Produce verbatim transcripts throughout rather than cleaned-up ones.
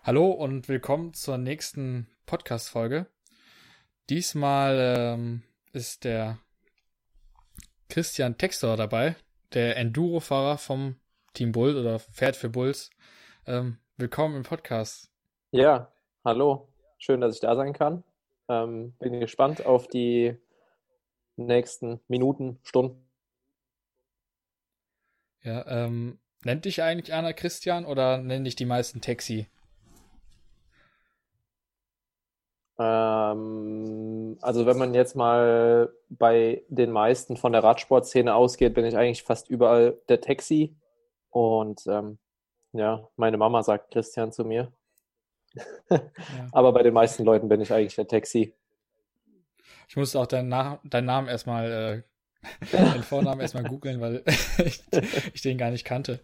Hallo und willkommen zur nächsten Podcast-Folge. Diesmal ähm, ist der Christian Textor dabei, der Enduro-Fahrer vom Team Bulls oder fährt für Bulls. Ähm, willkommen im Podcast. Ja, hallo. Schön, dass ich da sein kann. Ähm, bin gespannt auf die nächsten Minuten, Stunden. Ja, ähm, nennt dich eigentlich einer Christian oder nennen dich die meisten Texi? Ähm, also wenn man jetzt mal bei den meisten von der Radsportszene ausgeht, bin ich eigentlich fast überall der Taxi. Und ähm, ja, meine Mama sagt Christian zu mir. Ja. Aber bei den meisten Leuten bin ich eigentlich der Taxi. Ich musste auch deinen, Na deinen Namen erstmal, äh, deinen Vornamen erstmal googeln, weil ich, ich den gar nicht kannte.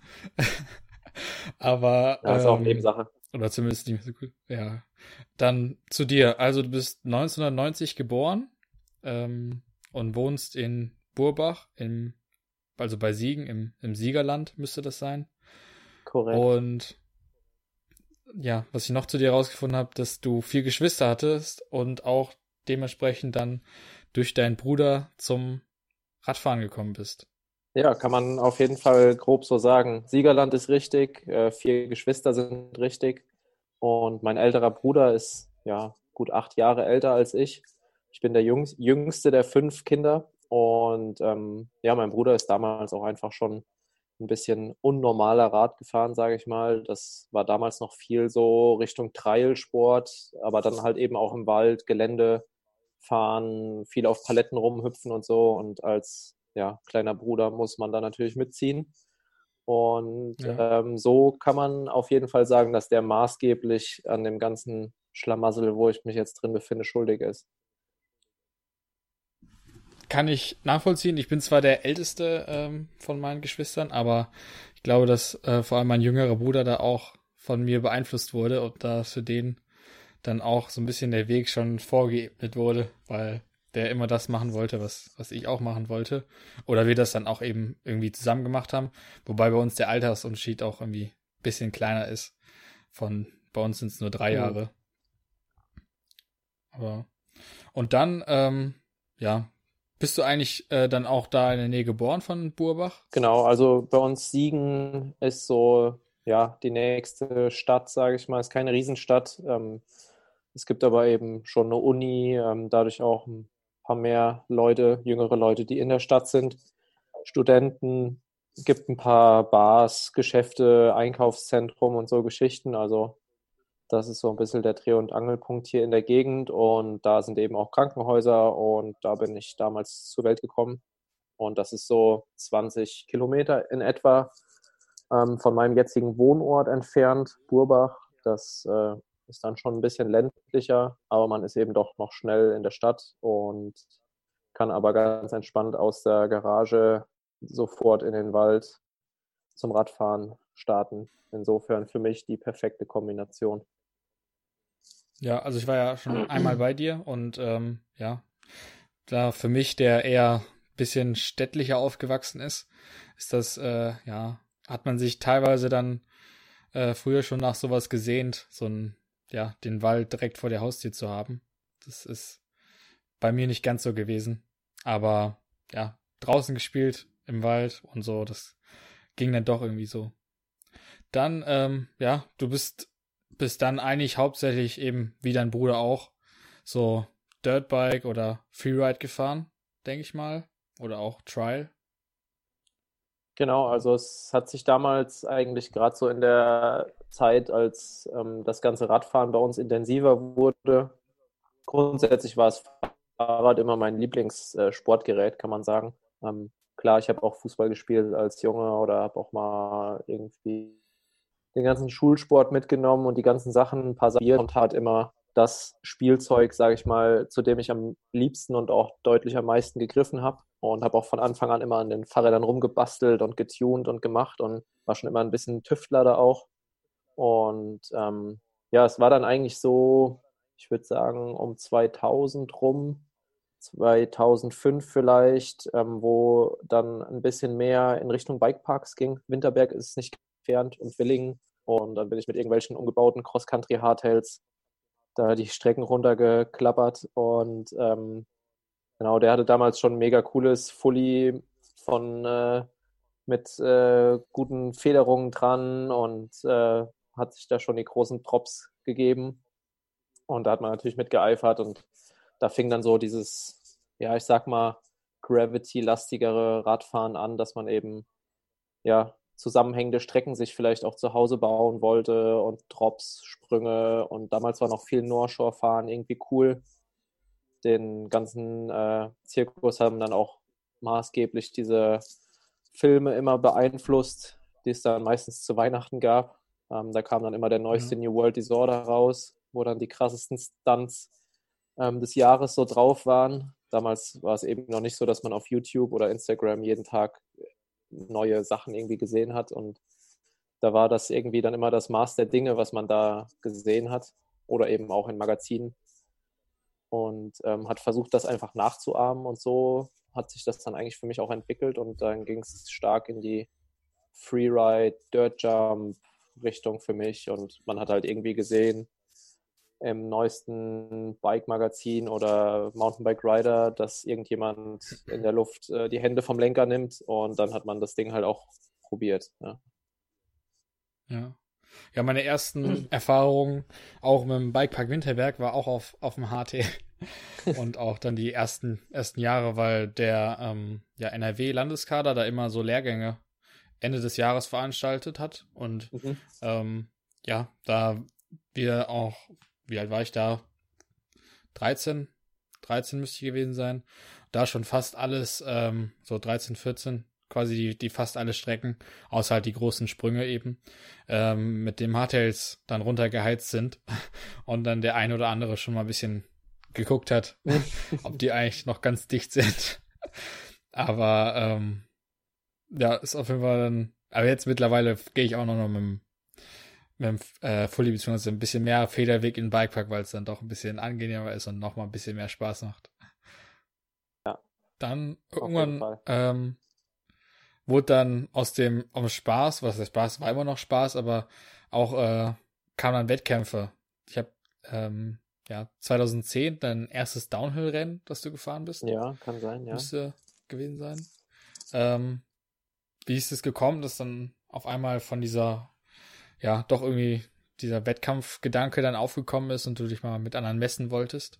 Aber, Ja, ist auch ähm, Nebensache. oder zumindest nicht so gut. Ja. Dann zu dir. Also du bist neunzehnhundertneunzig geboren ähm, und wohnst in Burbach, im, also bei Siegen, im, im Siegerland müsste das sein. Korrekt. Und ja, was ich noch zu dir herausgefunden habe, dass du vier Geschwister hattest und auch dementsprechend dann durch deinen Bruder zum Radfahren gekommen bist. Ja, kann man auf jeden Fall grob so sagen. Siegerland ist richtig, äh, vier Geschwister sind richtig und mein älterer Bruder ist ja gut acht Jahre älter als ich. Ich bin der Jungs jüngste der fünf Kinder und ähm, ja, mein Bruder ist damals auch einfach schon ein bisschen unnormaler Rad gefahren, sage ich mal. Das war damals noch viel so Richtung Trailsport, aber dann halt eben auch im Wald, Gelände fahren, viel auf Paletten rumhüpfen und so. Und als ja, kleiner Bruder muss man da natürlich mitziehen. Und Ja. ähm, so kann man auf jeden Fall sagen, dass der maßgeblich an dem ganzen Schlamassel, wo ich mich jetzt drin befinde, schuldig ist. Kann ich nachvollziehen. Ich bin zwar der älteste ähm, von meinen Geschwistern, aber ich glaube, dass äh, vor allem mein jüngerer Bruder da auch von mir beeinflusst wurde und da für den dann auch so ein bisschen der Weg schon vorgeebnet wurde, weil der immer das machen wollte, was, was ich auch machen wollte. Oder wir das dann auch eben irgendwie zusammen gemacht haben. Wobei bei uns der Altersunterschied auch irgendwie ein bisschen kleiner ist. Von bei uns sind es nur drei Hm. Jahre. Aber und dann, ähm, ja, bist du eigentlich äh, dann auch da in der Nähe geboren von Burbach? Genau, also bei uns Siegen ist so, ja, die nächste Stadt, sage ich mal, ist keine Riesenstadt. Ähm, es gibt aber eben schon eine Uni, ähm, dadurch auch ein paar mehr Leute, jüngere Leute, die in der Stadt sind. Studenten, gibt ein paar Bars, Geschäfte, Einkaufszentrum und so Geschichten. Also das ist so ein bisschen der Dreh- und Angelpunkt hier in der Gegend. Und da sind eben auch Krankenhäuser und da bin ich damals zur Welt gekommen. Und das ist so zwanzig Kilometer in etwa ähm, von meinem jetzigen Wohnort entfernt, Burbach. Das äh, ist dann schon ein bisschen ländlicher, aber man ist eben doch noch schnell in der Stadt und kann aber ganz entspannt aus der Garage sofort in den Wald zum Radfahren starten. Insofern für mich die perfekte Kombination. Ja, also ich war ja schon einmal bei dir und ähm, ja, da für mich, der eher ein bisschen städtlicher aufgewachsen ist, ist das, äh, ja, hat man sich teilweise dann äh, früher schon nach sowas gesehnt, so ein, ja, den Wald direkt vor der Haustür zu haben. Das ist bei mir nicht ganz so gewesen. Aber ja, draußen gespielt im Wald und so, das ging dann doch irgendwie so. Dann, ähm, ja, du bist, bist dann eigentlich hauptsächlich eben, wie dein Bruder auch, so Dirtbike oder Freeride gefahren, denke ich mal. Oder auch Trial. Genau, Ja. also es hat sich damals eigentlich gerade so in der Zeit, als ähm, das ganze Radfahren bei uns intensiver wurde. Grundsätzlich war das Fahrrad immer mein Lieblingssportgerät, kann man sagen. Ähm, klar, ich habe auch Fußball gespielt als Junge oder habe auch mal irgendwie den ganzen Schulsport mitgenommen und die ganzen Sachen, ein paar Sachen und hat immer das Spielzeug, sage ich mal, zu dem ich am liebsten und auch deutlich am meisten gegriffen habe und habe auch von Anfang an immer an den Fahrrädern rumgebastelt und getuned und gemacht und war schon immer ein bisschen Tüftler da auch. Und ähm, ja, es war dann eigentlich so, ich würde sagen, um zweitausend rum, zweitausendfünf vielleicht, ähm, wo dann ein bisschen mehr in Richtung Bikeparks ging. Winterberg ist nicht entfernt und Willingen. Und dann bin ich mit irgendwelchen umgebauten Cross-Country-Hardtails da die Strecken runtergeklappert. Und ähm, genau, der hatte damals schon ein mega cooles Fully von äh, mit äh, guten Federungen dran und äh, hat sich da schon die großen Props gegeben. Und da hat man natürlich mitgeeifert und da fing dann so dieses, ja, ich sag mal, Gravity-lastigere Radfahren an, dass man eben ja zusammenhängende Strecken sich vielleicht auch zu Hause bauen wollte und Drops, Sprünge und damals war noch viel Northshore-Fahren irgendwie cool. Den ganzen äh, Zirkus haben dann auch maßgeblich diese Filme immer beeinflusst, die es dann meistens zu Weihnachten gab. Ähm, da kam dann immer der neueste Ja. New World Disorder raus, wo dann die krassesten Stunts ähm, des Jahres so drauf waren. Damals war es eben noch nicht so, dass man auf YouTube oder Instagram jeden Tag neue Sachen irgendwie gesehen hat und da war das irgendwie dann immer das Maß der Dinge, was man da gesehen hat oder eben auch in Magazinen und ähm, hat versucht, das einfach nachzuahmen und so hat sich das dann eigentlich für mich auch entwickelt und dann ging es stark in die Freeride, Dirt Jump Richtung für mich und man hat halt irgendwie gesehen im neuesten Bike-Magazin oder Mountainbike Rider, dass irgendjemand in der Luft äh, die Hände vom Lenker nimmt und dann hat man das Ding halt auch probiert. Ja, Ja. Ja, meine ersten Erfahrungen auch mit dem Bikepark Winterberg war auch auf, auf dem H T. Und auch dann die ersten, ersten Jahre, weil der ähm, ja, N R W-Landeskader da immer so Lehrgänge Ende des Jahres veranstaltet hat. Und mhm. ähm, ja, da wir auch, wie alt war ich da? dreizehn? dreizehn müsste ich gewesen sein. Da schon fast alles, ähm, so dreizehn, vierzehn, quasi die, die fast alle Strecken, außer halt die großen Sprünge eben, ähm, mit dem Hardtails dann runtergeheizt sind und dann der ein oder andere schon mal ein bisschen geguckt hat, ob die eigentlich noch ganz dicht sind. Aber ähm, ja, ist auf jeden Fall dann, aber jetzt mittlerweile gehe ich auch noch mit dem, mit dem äh, Fully beziehungsweise ein bisschen mehr Federweg in den Bikepark, weil es dann doch ein bisschen angenehmer ist und noch mal ein bisschen mehr Spaß macht. Ja, dann auf jeden irgendwann Fall. ähm, wurde dann aus dem, aus dem Spaß, was der Spaß war immer noch Spaß, aber auch äh, kamen dann Wettkämpfe. Ich habe ähm, ja zwanzig zehn dein erstes Downhill-Rennen, das du gefahren bist, Ja, kann sein, ja. müsste gewesen sein. Ähm, wie ist es gekommen, dass dann auf einmal von dieser, ja, doch irgendwie dieser Wettkampfgedanke dann aufgekommen ist und du dich mal mit anderen messen wolltest?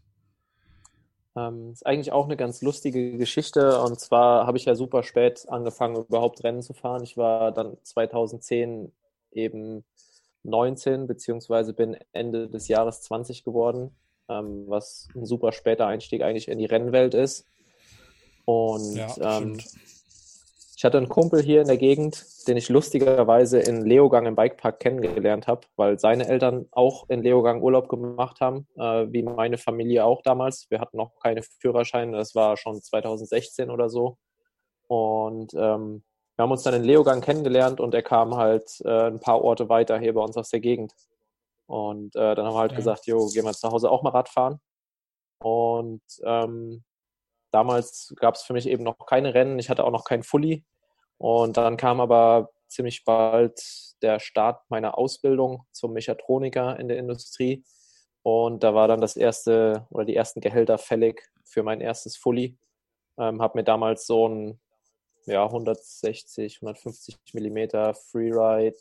Ähm, ist eigentlich auch eine ganz lustige Geschichte. Und zwar habe ich ja super spät angefangen, überhaupt Rennen zu fahren. Ich war dann zwanzig zehn eben neunzehn, beziehungsweise bin Ende des Jahres zwanzig geworden, ähm, was ein super später Einstieg eigentlich in die Rennwelt ist. Und Ja, ähm, stimmt. ich hatte einen Kumpel hier in der Gegend, den ich lustigerweise in Leogang im Bikepark kennengelernt habe, weil seine Eltern auch in Leogang Urlaub gemacht haben, äh, wie meine Familie auch damals. Wir hatten noch keine Führerscheine, das war schon zwanzig sechzehn oder so. Und ähm, wir haben uns dann in Leogang kennengelernt und er kam halt äh, ein paar Orte weiter hier bei uns aus der Gegend. Und äh, dann haben wir halt Ja, gesagt, jo, gehen wir zu Hause auch mal Radfahren. Und ähm, damals gab es für mich eben noch keine Rennen. Ich hatte auch noch kein Fully. Und dann kam aber ziemlich bald der Start meiner Ausbildung zum Mechatroniker in der Industrie. Und da war dann das erste oder die ersten Gehälter fällig für mein erstes Fully. Ähm, habe mir damals so ein ja, hundertsechzig, hundertfünfzig Millimeter Freeride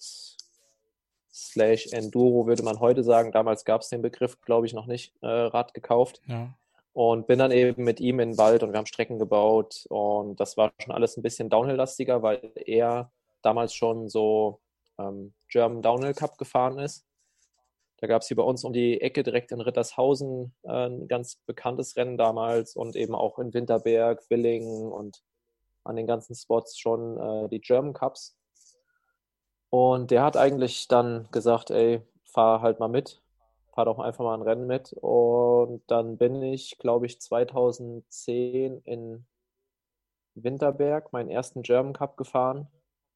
slash Enduro, würde man heute sagen. Damals gab es den Begriff, glaube ich, noch nicht, äh, Rad gekauft. ja, Und bin dann eben mit ihm in den Wald und wir haben Strecken gebaut. Und das war schon alles ein bisschen Downhill-lastiger, weil er damals schon so ähm, German Downhill Cup gefahren ist. Da gab es hier bei uns um die Ecke direkt in Rittershausen äh, ein ganz bekanntes Rennen damals und eben auch in Winterberg, Willingen und an den ganzen Spots schon äh, die German Cups. Und der hat eigentlich dann gesagt, ey, fahr halt mal mit, fahr doch einfach mal ein Rennen mit. Und dann bin ich, glaube ich, zwanzig zehn in Winterberg meinen ersten German Cup gefahren.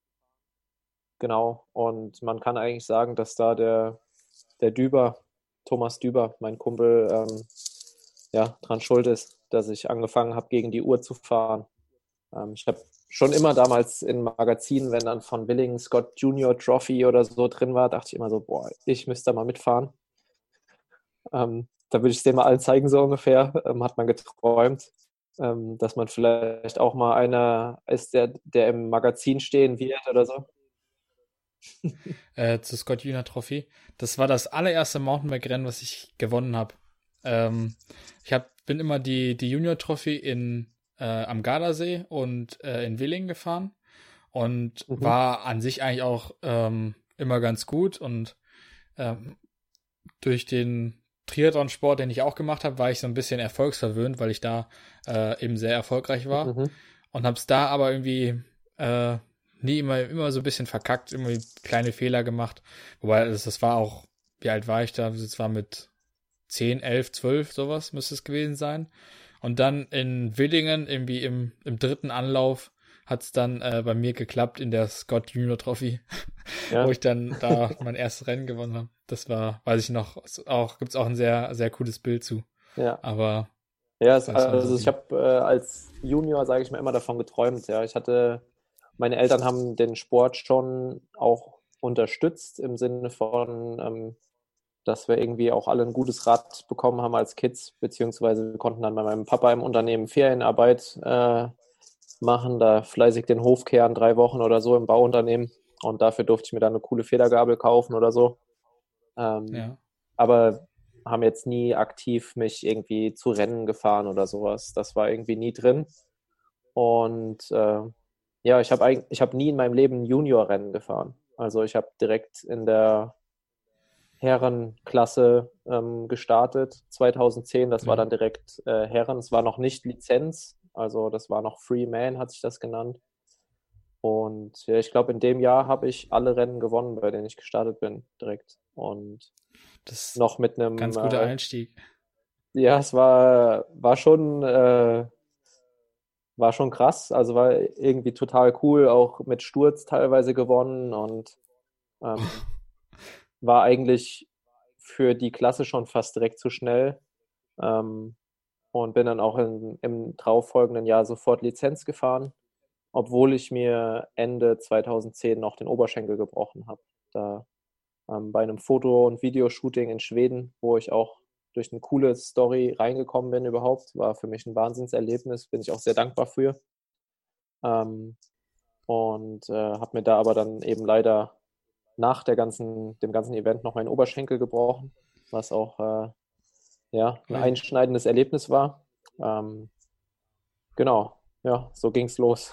Genau. Und man kann eigentlich sagen, dass da der, der Düber, Thomas Düber, mein Kumpel, ähm, ja, dran schuld ist, dass ich angefangen habe, gegen die Uhr zu fahren. Ähm, ich habe schon immer damals in Magazinen, wenn dann von Willingen Scott Junior Trophy oder so drin war, dachte ich immer so, boah, ich müsste da mal mitfahren. Ähm, da würde ich es denen mal allen zeigen, so ungefähr. Ähm, hat man geträumt, ähm, dass man vielleicht auch mal einer ist, der, der im Magazin stehen wird oder so. Äh, zu Scott Junior Trophy. Das war das allererste Mountainbike-Rennen, was ich gewonnen habe. Ähm, ich hab, bin immer die, die Junior Trophy in, äh, am Gardasee und äh, in Willingen gefahren und Mhm. war an sich eigentlich auch ähm, immer ganz gut. Und ähm, durch den Triathlon-Sport, den ich auch gemacht habe, war ich so ein bisschen erfolgsverwöhnt, weil ich da äh, eben sehr erfolgreich war Mhm. und hab's da aber irgendwie äh, nie immer, immer so ein bisschen verkackt, immer kleine Fehler gemacht. Wobei, das, das war auch, wie alt war ich da? Das war mit zehn, elf, zwölf, sowas müsste es gewesen sein. Und dann in Willingen, irgendwie im, im dritten Anlauf, hat's dann äh, bei mir geklappt in der Scott Junior Trophy, wo Ja. ich dann da mein erstes Rennen gewonnen habe. Das war, weiß ich noch, auch, gibt's auch ein sehr, sehr cooles Bild zu. Ja. Aber Ja, es, das war so also ich die. habe äh, als Junior, sage ich mal, immer davon geträumt. Ja, ich hatte, meine Eltern haben den Sport schon auch unterstützt im Sinne von, ähm, dass wir irgendwie auch alle ein gutes Rad bekommen haben als Kids, beziehungsweise wir konnten dann bei meinem Papa im Unternehmen Ferienarbeit äh, machen, da fleißig den Hof kehren, drei Wochen oder so im Bauunternehmen. Und dafür durfte ich mir dann eine coole Federgabel kaufen oder so. Ähm, Ja. aber haben jetzt nie aktiv mich irgendwie zu Rennen gefahren oder sowas. Das war irgendwie nie drin. Und äh, ja, ich habe eigentlich, ich habe nie in meinem Leben ein Junior-Rennen gefahren. Also ich habe direkt in der Herrenklasse ähm, gestartet, zweitausendzehn. Das war Ja. dann direkt äh, Herren. Es war noch nicht Lizenz, also das war noch Free Man, hat sich das genannt. Und ja, ich glaube, in dem Jahr habe ich alle Rennen gewonnen, bei denen ich gestartet bin, direkt. Und Das ist noch mit ein einem, ganz guter äh, Einstieg. ja, es war, war schon, äh, war schon krass. Also war irgendwie total cool, auch mit Sturz teilweise gewonnen und ähm, war eigentlich für die Klasse schon fast direkt zu schnell. Ähm, und bin dann auch in, im darauffolgenden Jahr sofort Lizenz gefahren, obwohl ich mir Ende zweitausendzehn noch den Oberschenkel gebrochen habe. Da ähm, bei einem Foto- und Videoshooting in Schweden, wo ich auch durch eine coole Story reingekommen bin überhaupt, war für mich ein Wahnsinnserlebnis, bin ich auch sehr dankbar für. Ähm, und äh, habe mir da aber dann eben leider nach der ganzen, dem ganzen Event noch meinen Oberschenkel gebrochen, was auch äh, ja, ein Ui. einschneidendes Erlebnis war. Ähm, genau, ja, so ging's los.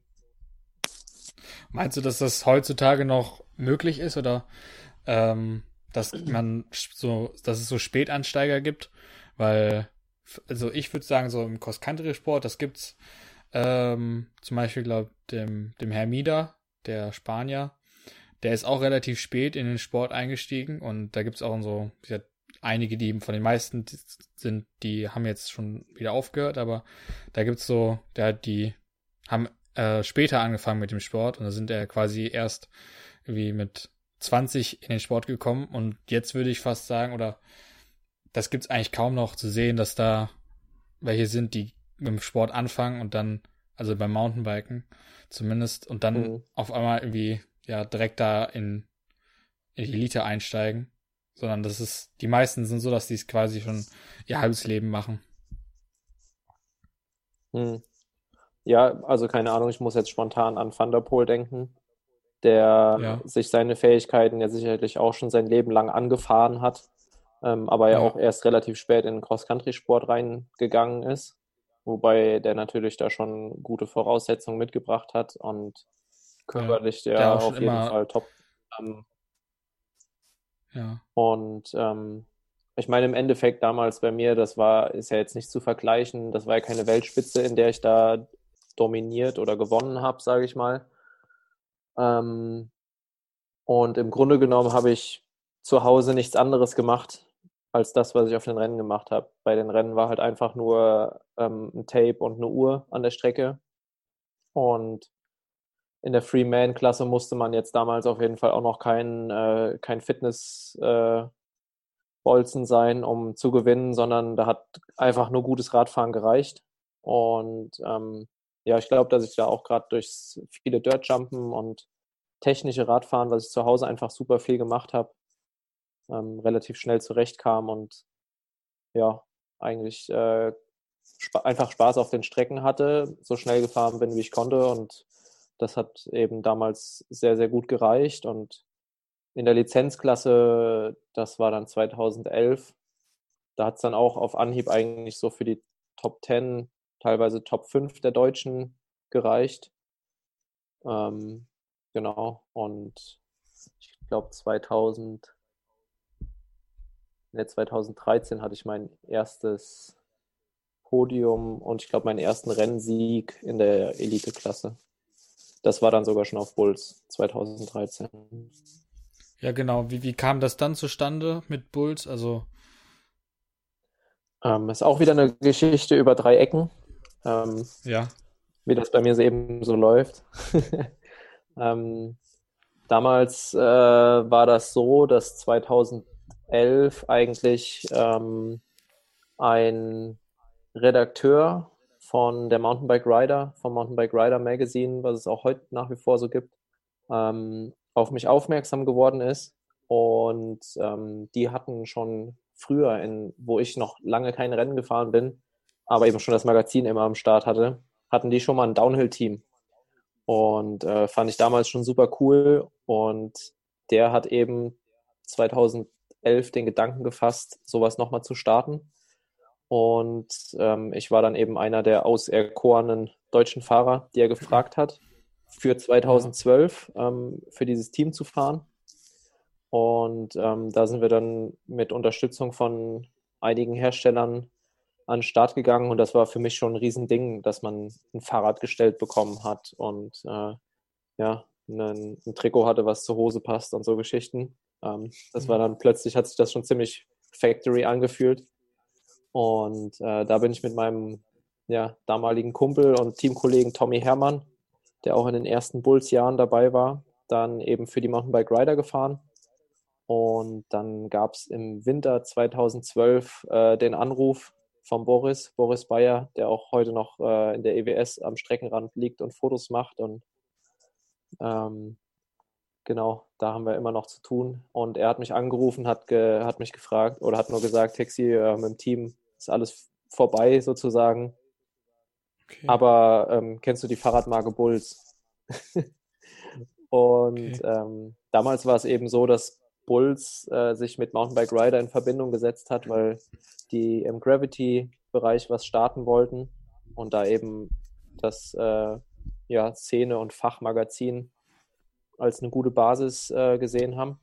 Meinst du, dass das heutzutage noch möglich ist oder ähm, dass man so, dass es so Spätansteiger gibt? Weil, also ich würde sagen, so im Cross-Country-Sport, das gibt's ähm, zum Beispiel, glaube dem, dem Hermida, der Spanier, der ist auch relativ spät in den Sport eingestiegen und da gibt's auch so, wie gesagt, einige, die von den meisten sind, die haben jetzt schon wieder aufgehört, aber da gibt's so, der, die haben äh, später angefangen mit dem Sport und da sind er quasi erst irgendwie mit zwanzig in den Sport gekommen und jetzt würde ich fast sagen, oder das gibt's eigentlich kaum noch zu sehen, dass da welche sind, die mit dem Sport anfangen und dann, also beim Mountainbiken zumindest, und dann Mhm. auf einmal irgendwie ja direkt da in, in die Elite einsteigen, sondern das ist, die meisten sind so, dass die es quasi schon ihr halbes Leben machen. Mhm. Ja, also keine Ahnung, ich muss jetzt spontan an Van der Poel denken, der Ja, sich seine Fähigkeiten ja sicherlich auch schon sein Leben lang angefahren hat, ähm, aber ja auch ja, erst relativ spät in den Cross-Country-Sport reingegangen ist, wobei der natürlich da schon gute Voraussetzungen mitgebracht hat und ja. körperlich Der der auch schon auf jeden immer, Fall top. Ähm, ja, und ähm, ich meine, im Endeffekt damals bei mir, das war, ist ja jetzt nicht zu vergleichen, das war ja keine Weltspitze, in der ich da dominiert oder gewonnen habe, sage ich mal. Ähm, und im Grunde genommen habe ich zu Hause nichts anderes gemacht als das, was ich auf den Rennen gemacht habe. Bei den Rennen war halt einfach nur ähm, ein Tape und eine Uhr an der Strecke. Und in der Free-Man-Klasse musste man jetzt damals auf jeden Fall auch noch kein, äh, kein Fitness-Bolzen äh, sein, um zu gewinnen, sondern da hat einfach nur gutes Radfahren gereicht. Und ähm, ja, ich glaube, dass ich da auch gerade durch viele Dirtjumpen und technische Radfahren, was ich zu Hause einfach super viel gemacht habe, ähm, relativ schnell zurechtkam und ja, eigentlich äh, spa- einfach Spaß auf den Strecken hatte, so schnell gefahren bin, wie ich konnte und das hat eben damals sehr, sehr gut gereicht und in der Lizenzklasse, das war dann zweitausendelf, da hat es dann auch auf Anhieb eigentlich so für die Top zehn, teilweise Top fünf der Deutschen gereicht. Ähm, genau, und ich glaube zweitausend, ne, zweitausenddreizehn hatte ich mein erstes Podium und ich glaube meinen ersten Rennsieg in der Eliteklasse. Das war dann sogar schon auf Bulls zweitausenddreizehn. Ja, genau. Wie, wie kam das dann zustande mit Bulls? Also, Ähm, ist auch wieder eine Geschichte über drei Ecken, ähm, ja. wie das bei mir so eben so läuft. ähm, damals äh, war das so, dass zweitausendelf eigentlich ähm, ein Redakteur von der Mountainbike Rider, vom Mountainbike Rider Magazine, was es auch heute nach wie vor so gibt, ähm, auf mich aufmerksam geworden ist. Und ähm, die hatten schon früher, in, wo ich noch lange kein Rennen gefahren bin, aber eben schon das Magazin immer am Start hatte, hatten die schon mal ein Downhill-Team. Und äh, fand ich damals schon super cool. Und der hat eben zweitausendelf den Gedanken gefasst, sowas nochmal zu starten. Und ähm, ich war dann eben einer der auserkorenen deutschen Fahrer, die er gefragt hat, für Ja. zweitausendzwölf ähm, für dieses Team zu fahren. Und ähm, da sind wir dann mit Unterstützung von einigen Herstellern an den Start gegangen. Und das war für mich schon ein Riesending, dass man ein Fahrrad gestellt bekommen hat und äh, ja, ein, ein Trikot hatte, was zur Hose passt und so Geschichten. Ähm, das war Mhm. dann plötzlich, hat sich das schon ziemlich Factory angefühlt. Und äh, da bin ich mit meinem ja, damaligen Kumpel und Teamkollegen Tommy Herrmann, der auch in den ersten Bulls-Jahren dabei war, dann eben für die Mountainbike Rider gefahren. Und dann gab es im Winter zweitausendzwölf äh, den Anruf von Boris, Boris Bayer, der auch heute noch äh, in der E W S am Streckenrand liegt und Fotos macht. Und ähm, genau, da haben wir immer noch zu tun. Und er hat mich angerufen, hat, ge hat mich gefragt oder hat nur gesagt, Taxi, äh, mit dem Team ist alles vorbei sozusagen. Okay. Aber ähm, kennst du die Fahrradmarke Bulls? Und Okay. ähm, damals war es eben so, dass Bulls äh, sich mit Mountainbike Rider in Verbindung gesetzt hat, weil die im Gravity-Bereich was starten wollten und da eben das äh, ja, Szene- und Fachmagazin als eine gute Basis äh, gesehen haben.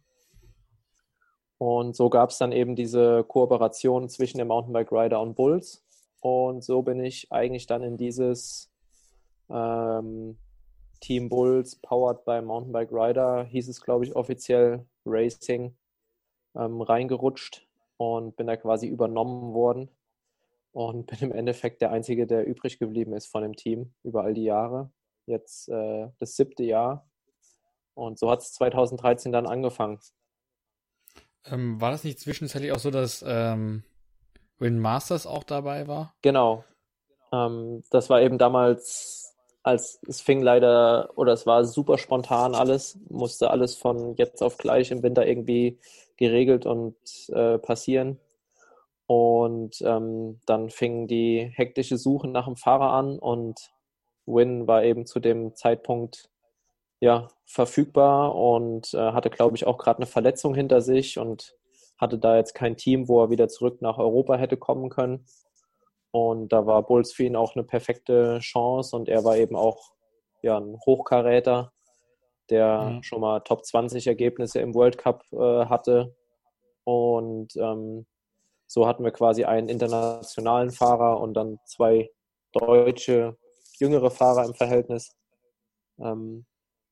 Und so gab es dann eben diese Kooperation zwischen dem Mountainbike Rider und Bulls. Und so bin ich eigentlich dann in dieses ähm, Team Bulls, powered by Mountainbike Rider, hieß es, glaube ich, offiziell Racing, ähm, reingerutscht und bin da quasi übernommen worden und bin im Endeffekt der Einzige, der übrig geblieben ist von dem Team über all die Jahre. Jetzt äh, das siebte Jahr. Und so hat es zweitausenddreizehn dann angefangen. Ähm, war das nicht zwischenzeitlich auch so, dass ähm, Win Masters auch dabei war? Genau. Ähm, das war eben damals, als es fing leider, oder es war super spontan alles, musste alles von jetzt auf gleich im Winter irgendwie geregelt und äh, passieren. Und ähm, dann fing die hektische Suche nach dem Fahrer an und Win war eben zu dem Zeitpunkt ja verfügbar und äh, hatte, glaube ich, auch gerade eine Verletzung hinter sich und hatte da jetzt kein Team, wo er wieder zurück nach Europa hätte kommen können. Und da war Bulls für ihn auch eine perfekte Chance und er war eben auch ja, ein Hochkaräter, der Ja. schon mal Top zwanzig Ergebnisse im World Cup äh, hatte. Und ähm, so hatten wir quasi einen internationalen Fahrer und dann zwei deutsche, jüngere Fahrer im Verhältnis. Ähm,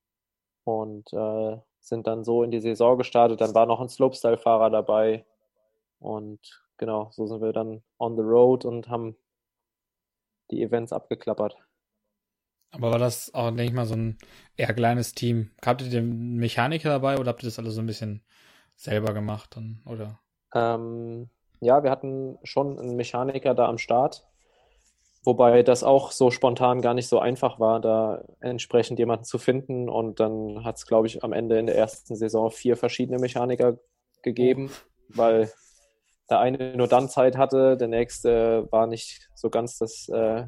und äh, sind dann so in die Saison gestartet. Dann war noch ein Slopestyle-Fahrer dabei. Und genau, so sind wir dann on the road und haben die Events abgeklappert. Aber war das auch, denke ich mal, so ein eher kleines Team? Habt ihr den Mechaniker dabei oder habt ihr das alles so ein bisschen selber gemacht dann, oder? Ähm, ja, wir hatten schon einen Mechaniker da am Start, Wobei das auch so spontan gar nicht so einfach war, da entsprechend jemanden zu finden. Und dann hat es, glaube ich, am Ende in der ersten Saison vier verschiedene Mechaniker Oh, gegeben, weil der eine nur dann Zeit hatte, der nächste war nicht so ganz das äh,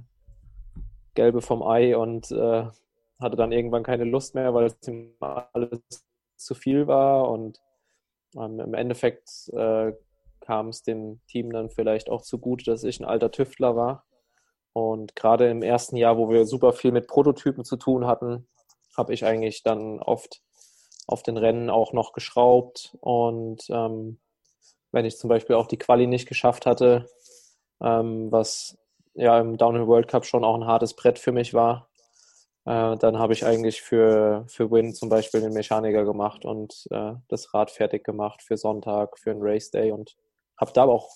Gelbe vom Ei und äh, hatte dann irgendwann keine Lust mehr, weil es ihm alles zu viel war. Und ähm, im Endeffekt äh, kam es dem Team dann vielleicht auch zugute, dass ich ein alter Tüftler war. Und gerade im ersten Jahr, wo wir super viel mit Prototypen zu tun hatten, habe ich eigentlich dann oft auf den Rennen auch noch geschraubt. Und ähm, wenn ich zum Beispiel auch die Quali nicht geschafft hatte, ähm, was ja im Downhill World Cup schon auch ein hartes Brett für mich war, äh, dann habe ich eigentlich für, für Win zum Beispiel den Mechaniker gemacht und äh, das Rad fertig gemacht für Sonntag, für einen Race Day und habe da aber auch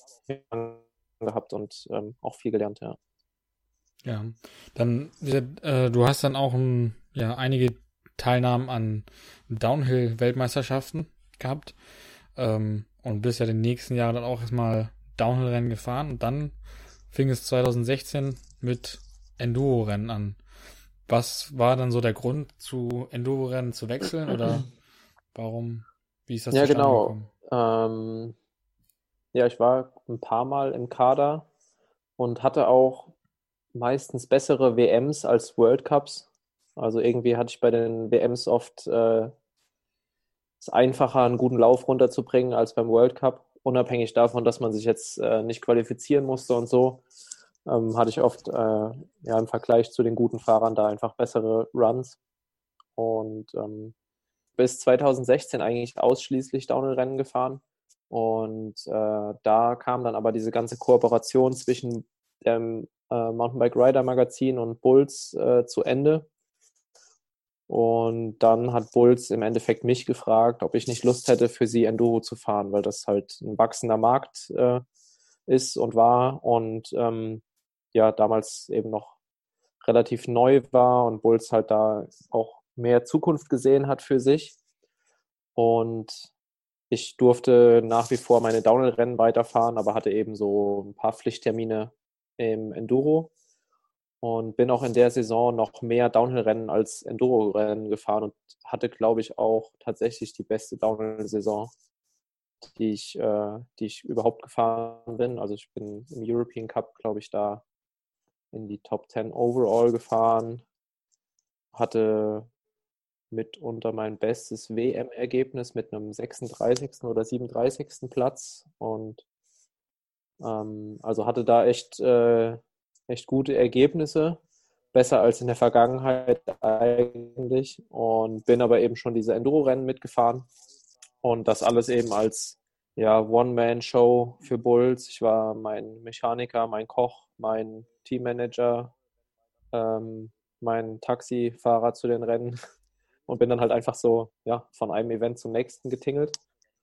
gehabt und ähm, auch viel gelernt, ja. ja. Dann, äh, du hast dann auch ein, ja, einige Teilnahmen an Downhill-Weltmeisterschaften gehabt ähm, und bist ja den nächsten Jahren dann auch erstmal Downhill-Rennen gefahren und dann fing es zwanzig sechzehn mit Enduro-Rennen an. Was war dann so der Grund, zu Enduro-Rennen zu wechseln oder warum, wie ist das Ja, zustande genau. gekommen? Ähm, ja, ich war ein paar Mal im Kader und hatte auch meistens bessere W Ms als World Cups. Also irgendwie hatte ich bei den W Ms oft äh, es einfacher, einen guten Lauf runterzubringen als beim World Cup. Unabhängig davon, dass man sich jetzt äh, nicht qualifizieren musste und so, ähm, hatte ich oft äh, ja, im Vergleich zu den guten Fahrern da einfach bessere Runs. Und ähm, bis zwanzig sechzehn eigentlich ausschließlich Downhill-Rennen gefahren. Und äh, da kam dann aber diese ganze Kooperation zwischen dem äh, Mountainbike Rider Magazin und Bulls äh, zu Ende. Und dann hat Bulls im Endeffekt mich gefragt, ob ich nicht Lust hätte, für sie Enduro zu fahren, weil das halt ein wachsender Markt äh, ist und war und ähm, ja, damals eben noch relativ neu war und Bulls halt da auch mehr Zukunft gesehen hat für sich. Und ich durfte nach wie vor meine Downhill-Rennen weiterfahren, aber hatte eben so ein paar Pflichttermine im Enduro und bin auch in der Saison noch mehr Downhill-Rennen als Enduro-Rennen gefahren und hatte, glaube ich, auch tatsächlich die beste Downhill-Saison, die ich, äh, die ich überhaupt gefahren bin. Also ich bin im European Cup, glaube ich, da in die Top zehn overall gefahren, hatte mitunter mein bestes W M-Ergebnis mit einem sechsunddreißigsten oder siebenunddreißigsten Platz und ähm, also hatte da echt, äh, echt gute Ergebnisse, besser als in der Vergangenheit eigentlich und bin aber eben schon diese Enduro-Rennen mitgefahren und das alles eben als ja, One-Man-Show für Bulls. Ich war mein Mechaniker, mein Koch, mein Teammanager, ähm, mein Taxifahrer zu den Rennen und bin dann halt einfach so ja, von einem Event zum nächsten getingelt.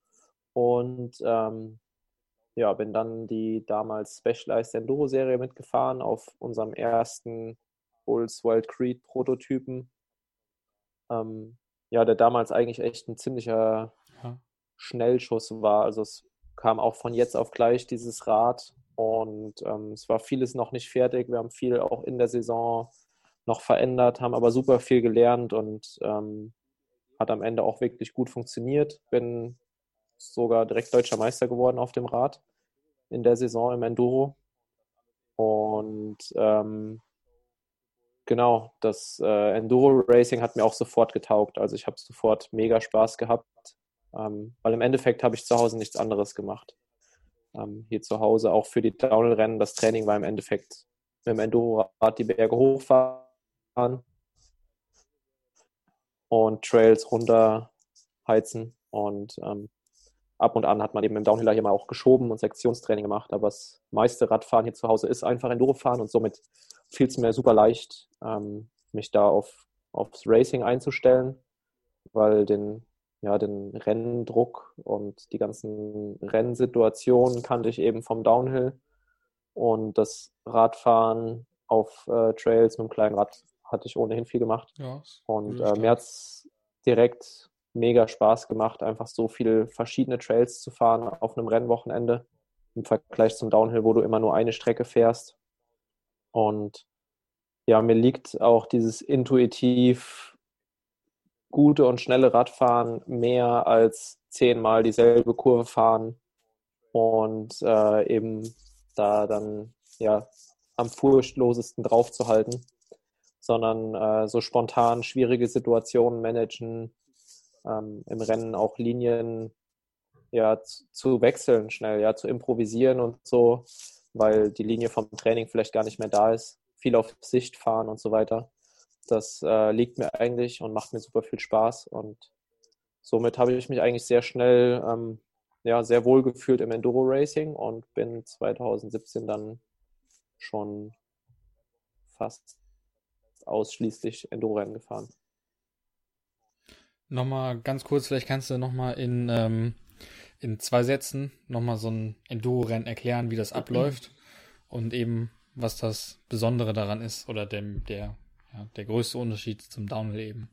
Und ähm, ja, bin dann die damals Specialized Enduro Serie mitgefahren auf unserem ersten Bulls World Creed Prototypen. Ähm, ja, der damals eigentlich echt ein ziemlicher Ja, Schnellschuss war. Also es kam auch von jetzt auf gleich dieses Rad und ähm, es war vieles noch nicht fertig. Wir haben viel auch in der Saison noch verändert, haben aber super viel gelernt und ähm, hat am Ende auch wirklich gut funktioniert. Bin sogar direkt deutscher Meister geworden auf dem Rad in der Saison im Enduro. Und ähm, genau, das äh, Enduro Racing hat mir auch sofort getaugt. Also ich habe sofort mega Spaß gehabt, ähm, weil im Endeffekt habe ich zu Hause nichts anderes gemacht. Ähm, hier zu Hause auch für die Downhill-Rennen. Das Training war im Endeffekt mit dem Enduro-Rad die Berge hochfahren und Trails runterheizen. Und ähm, ab und an hat man eben im Downhiller hier mal auch geschoben und Sektionstraining gemacht. Aber das meiste Radfahren hier zu Hause ist einfach Enduro-Fahren und somit fiel es mir super leicht, ähm, mich da auf, aufs Racing einzustellen, weil den, ja, den Renndruck und die ganzen Rennsituationen kannte ich eben vom Downhill. Und das Radfahren auf äh, Trails mit dem kleinen Rad hatte ich ohnehin viel gemacht. ja, ist ein Und guter äh, mir hat Start. es direkt mega Spaß gemacht, einfach so viele verschiedene Trails zu fahren auf einem Rennwochenende im Vergleich zum Downhill, wo du immer nur eine Strecke fährst. Und ja, mir liegt auch dieses intuitiv gute und schnelle Radfahren mehr als zehnmal dieselbe Kurve fahren und äh, eben da dann ja am furchtlosesten drauf zu halten, sondern äh, so spontan schwierige Situationen managen, ähm, im Rennen auch Linien ja zu, zu wechseln schnell, ja, zu improvisieren und so, weil die Linie vom Training vielleicht gar nicht mehr da ist, viel auf Sicht fahren und so weiter. Das äh, liegt mir eigentlich und macht mir super viel Spaß und somit habe ich mich eigentlich sehr schnell ähm, ja, sehr wohl gefühlt im Enduro Racing und bin zwanzig siebzehn dann schon fast ausschließlich Enduro-Rennen gefahren. Nochmal ganz kurz, vielleicht kannst du nochmal in, ähm, in zwei Sätzen nochmal so ein Enduro-Rennen erklären, wie das abläuft und eben, was das Besondere daran ist oder dem, der, ja, der größte Unterschied zum Downhill eben.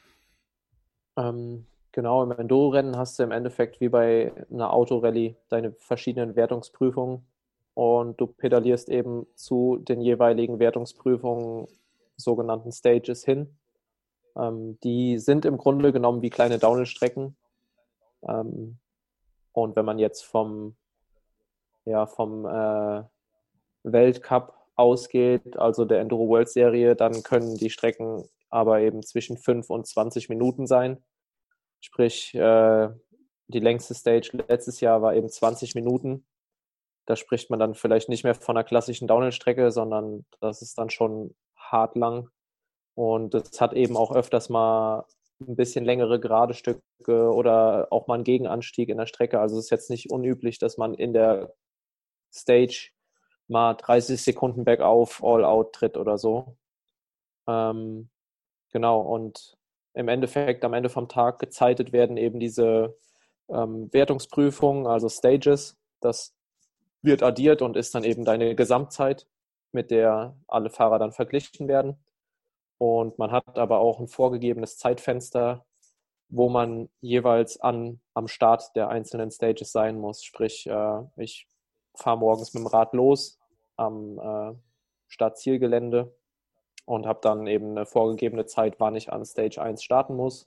Ähm, genau, im Enduro-Rennen hast du im Endeffekt wie bei einer Autorallye deine verschiedenen Wertungsprüfungen und du pedalierst eben zu den jeweiligen Wertungsprüfungen, sogenannten Stages hin. Ähm, die sind im Grunde genommen wie kleine Downhill-Strecken. Ähm, und wenn man jetzt vom, ja, vom äh, Weltcup ausgeht, also der Enduro World Serie, dann können die Strecken aber eben zwischen fünf und zwanzig Minuten sein. Sprich, äh, die längste Stage letztes Jahr war eben zwanzig Minuten. Da spricht man dann vielleicht nicht mehr von einer klassischen Downhill-Strecke, sondern das ist dann schon hart lang. Und es hat eben auch öfters mal ein bisschen längere gerade Stücke oder auch mal einen Gegenanstieg in der Strecke. Also es ist jetzt nicht unüblich, dass man in der Stage mal dreißig Sekunden bergauf all out tritt oder so. Ähm, genau, und im Endeffekt, am Ende vom Tag gezeitet werden eben diese ähm, Wertungsprüfungen, also Stages. Das wird addiert und ist dann eben deine Gesamtzeit, mit der alle Fahrer dann verglichen werden. Und man hat aber auch ein vorgegebenes Zeitfenster, wo man jeweils an, am Start der einzelnen Stages sein muss. Sprich, äh, ich fahre morgens mit dem Rad los am äh, Start-Zielgelände und habe dann eben eine vorgegebene Zeit, wann ich an Stage eins starten muss.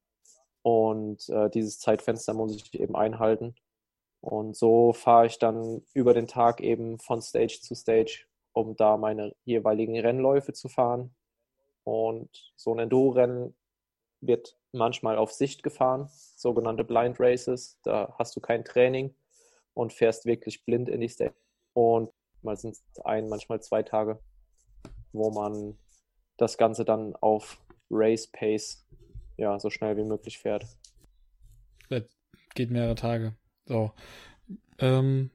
Und äh, dieses Zeitfenster muss ich eben einhalten. Und so fahre ich dann über den Tag eben von Stage zu Stage, um da meine jeweiligen Rennläufe zu fahren. Und so ein Enduro-Rennen wird manchmal auf Sicht gefahren, sogenannte Blind Races. Da hast du kein Training und fährst wirklich blind in die Stage. Und mal sind es ein, manchmal zwei Tage, wo man das Ganze dann auf Race Pace ja, so schnell wie möglich fährt. Das geht mehrere Tage. So. Ähm,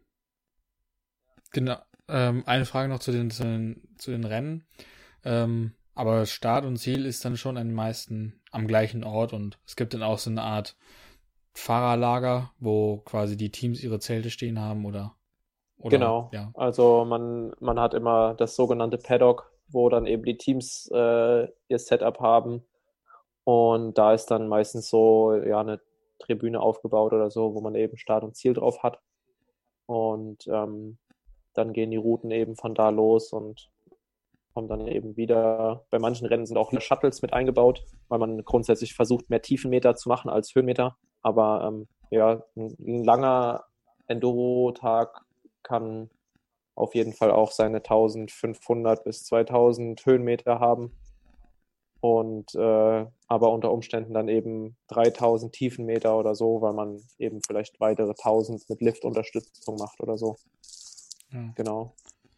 genau. Ähm, eine Frage noch zu den, zu den, zu den Rennen. Ähm, aber Start und Ziel ist dann schon an den meisten am gleichen Ort und es gibt dann auch so eine Art Fahrerlager, wo quasi die Teams ihre Zelte stehen haben oder, oder Genau, ja. also man, man hat immer das sogenannte Paddock, wo dann eben die Teams äh, ihr Setup haben und da ist dann meistens so ja eine Tribüne aufgebaut oder so, wo man eben Start und Ziel drauf hat und ähm, dann gehen die Routen eben von da los und kommen dann eben wieder. Bei manchen Rennen sind auch Shuttles mit eingebaut, weil man grundsätzlich versucht, mehr Tiefenmeter zu machen als Höhenmeter. Aber ähm, ja, ein, ein langer Enduro-Tag kann auf jeden Fall auch seine eintausendfünfhundert bis zweitausend Höhenmeter haben. Und äh, aber unter Umständen dann eben dreitausend Tiefenmeter oder so, weil man eben vielleicht weitere tausend mit Liftunterstützung macht oder so. Ja. Genau.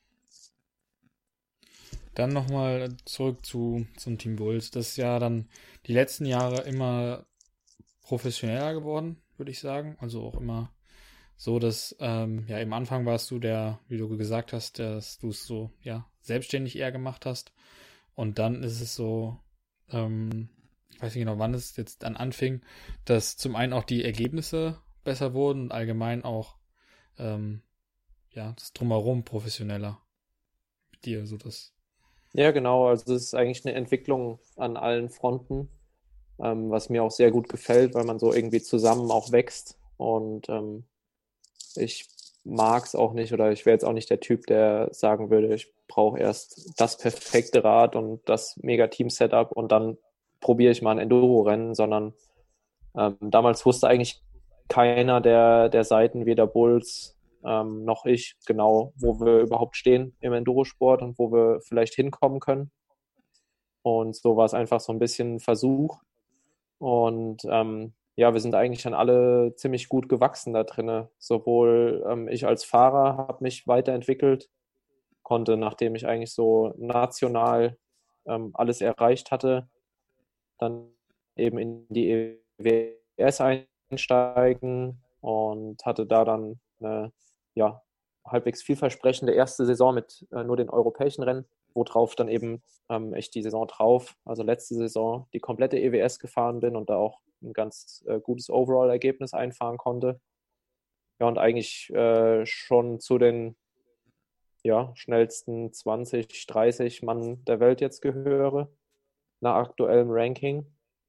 Dann nochmal zurück zu, zum Team Bulls. Das ist ja dann die letzten Jahre immer professioneller geworden, würde ich sagen. Also auch immer so, dass, ähm, ja, im Anfang warst du der, wie du gesagt hast, dass du es so, ja, selbstständig eher gemacht hast. Und dann ist es so, ähm, ich weiß nicht genau, wann es jetzt dann anfing, dass zum einen auch die Ergebnisse besser wurden und allgemein auch, ähm, ja, das Drumherum professioneller mit dir, so das. Ja, genau. Also es ist eigentlich eine Entwicklung an allen Fronten, ähm, was mir auch sehr gut gefällt, weil man so irgendwie zusammen auch wächst. Und ähm, ich mag es auch nicht oder ich wäre jetzt auch nicht der Typ, der sagen würde, ich brauche erst das perfekte Rad und das mega Team-Setup und dann probiere ich mal ein Enduro-Rennen, sondern ähm, damals wusste eigentlich keiner der, der Seiten, weder Bulls ähm, noch ich, genau, wo wir überhaupt stehen im Endurosport und wo wir vielleicht hinkommen können. Und so war es einfach so ein bisschen ein Versuch. Und ähm, ja, wir sind eigentlich dann alle ziemlich gut gewachsen da drinne. Sowohl ähm, ich als Fahrer habe mich weiterentwickelt, konnte, nachdem ich eigentlich so national ähm, alles erreicht hatte, dann eben in die E W S einsteigen und hatte da dann eine ja, halbwegs vielversprechende erste Saison mit äh, nur den europäischen Rennen, worauf dann eben ähm, ich die Saison drauf, also letzte Saison, die komplette E W S gefahren bin und da auch ein ganz äh, gutes Overall-Ergebnis einfahren konnte. Ja, und eigentlich äh, schon zu den ja, schnellsten zwanzig, dreißig Mann der Welt jetzt gehöre, nach aktuellem Ranking.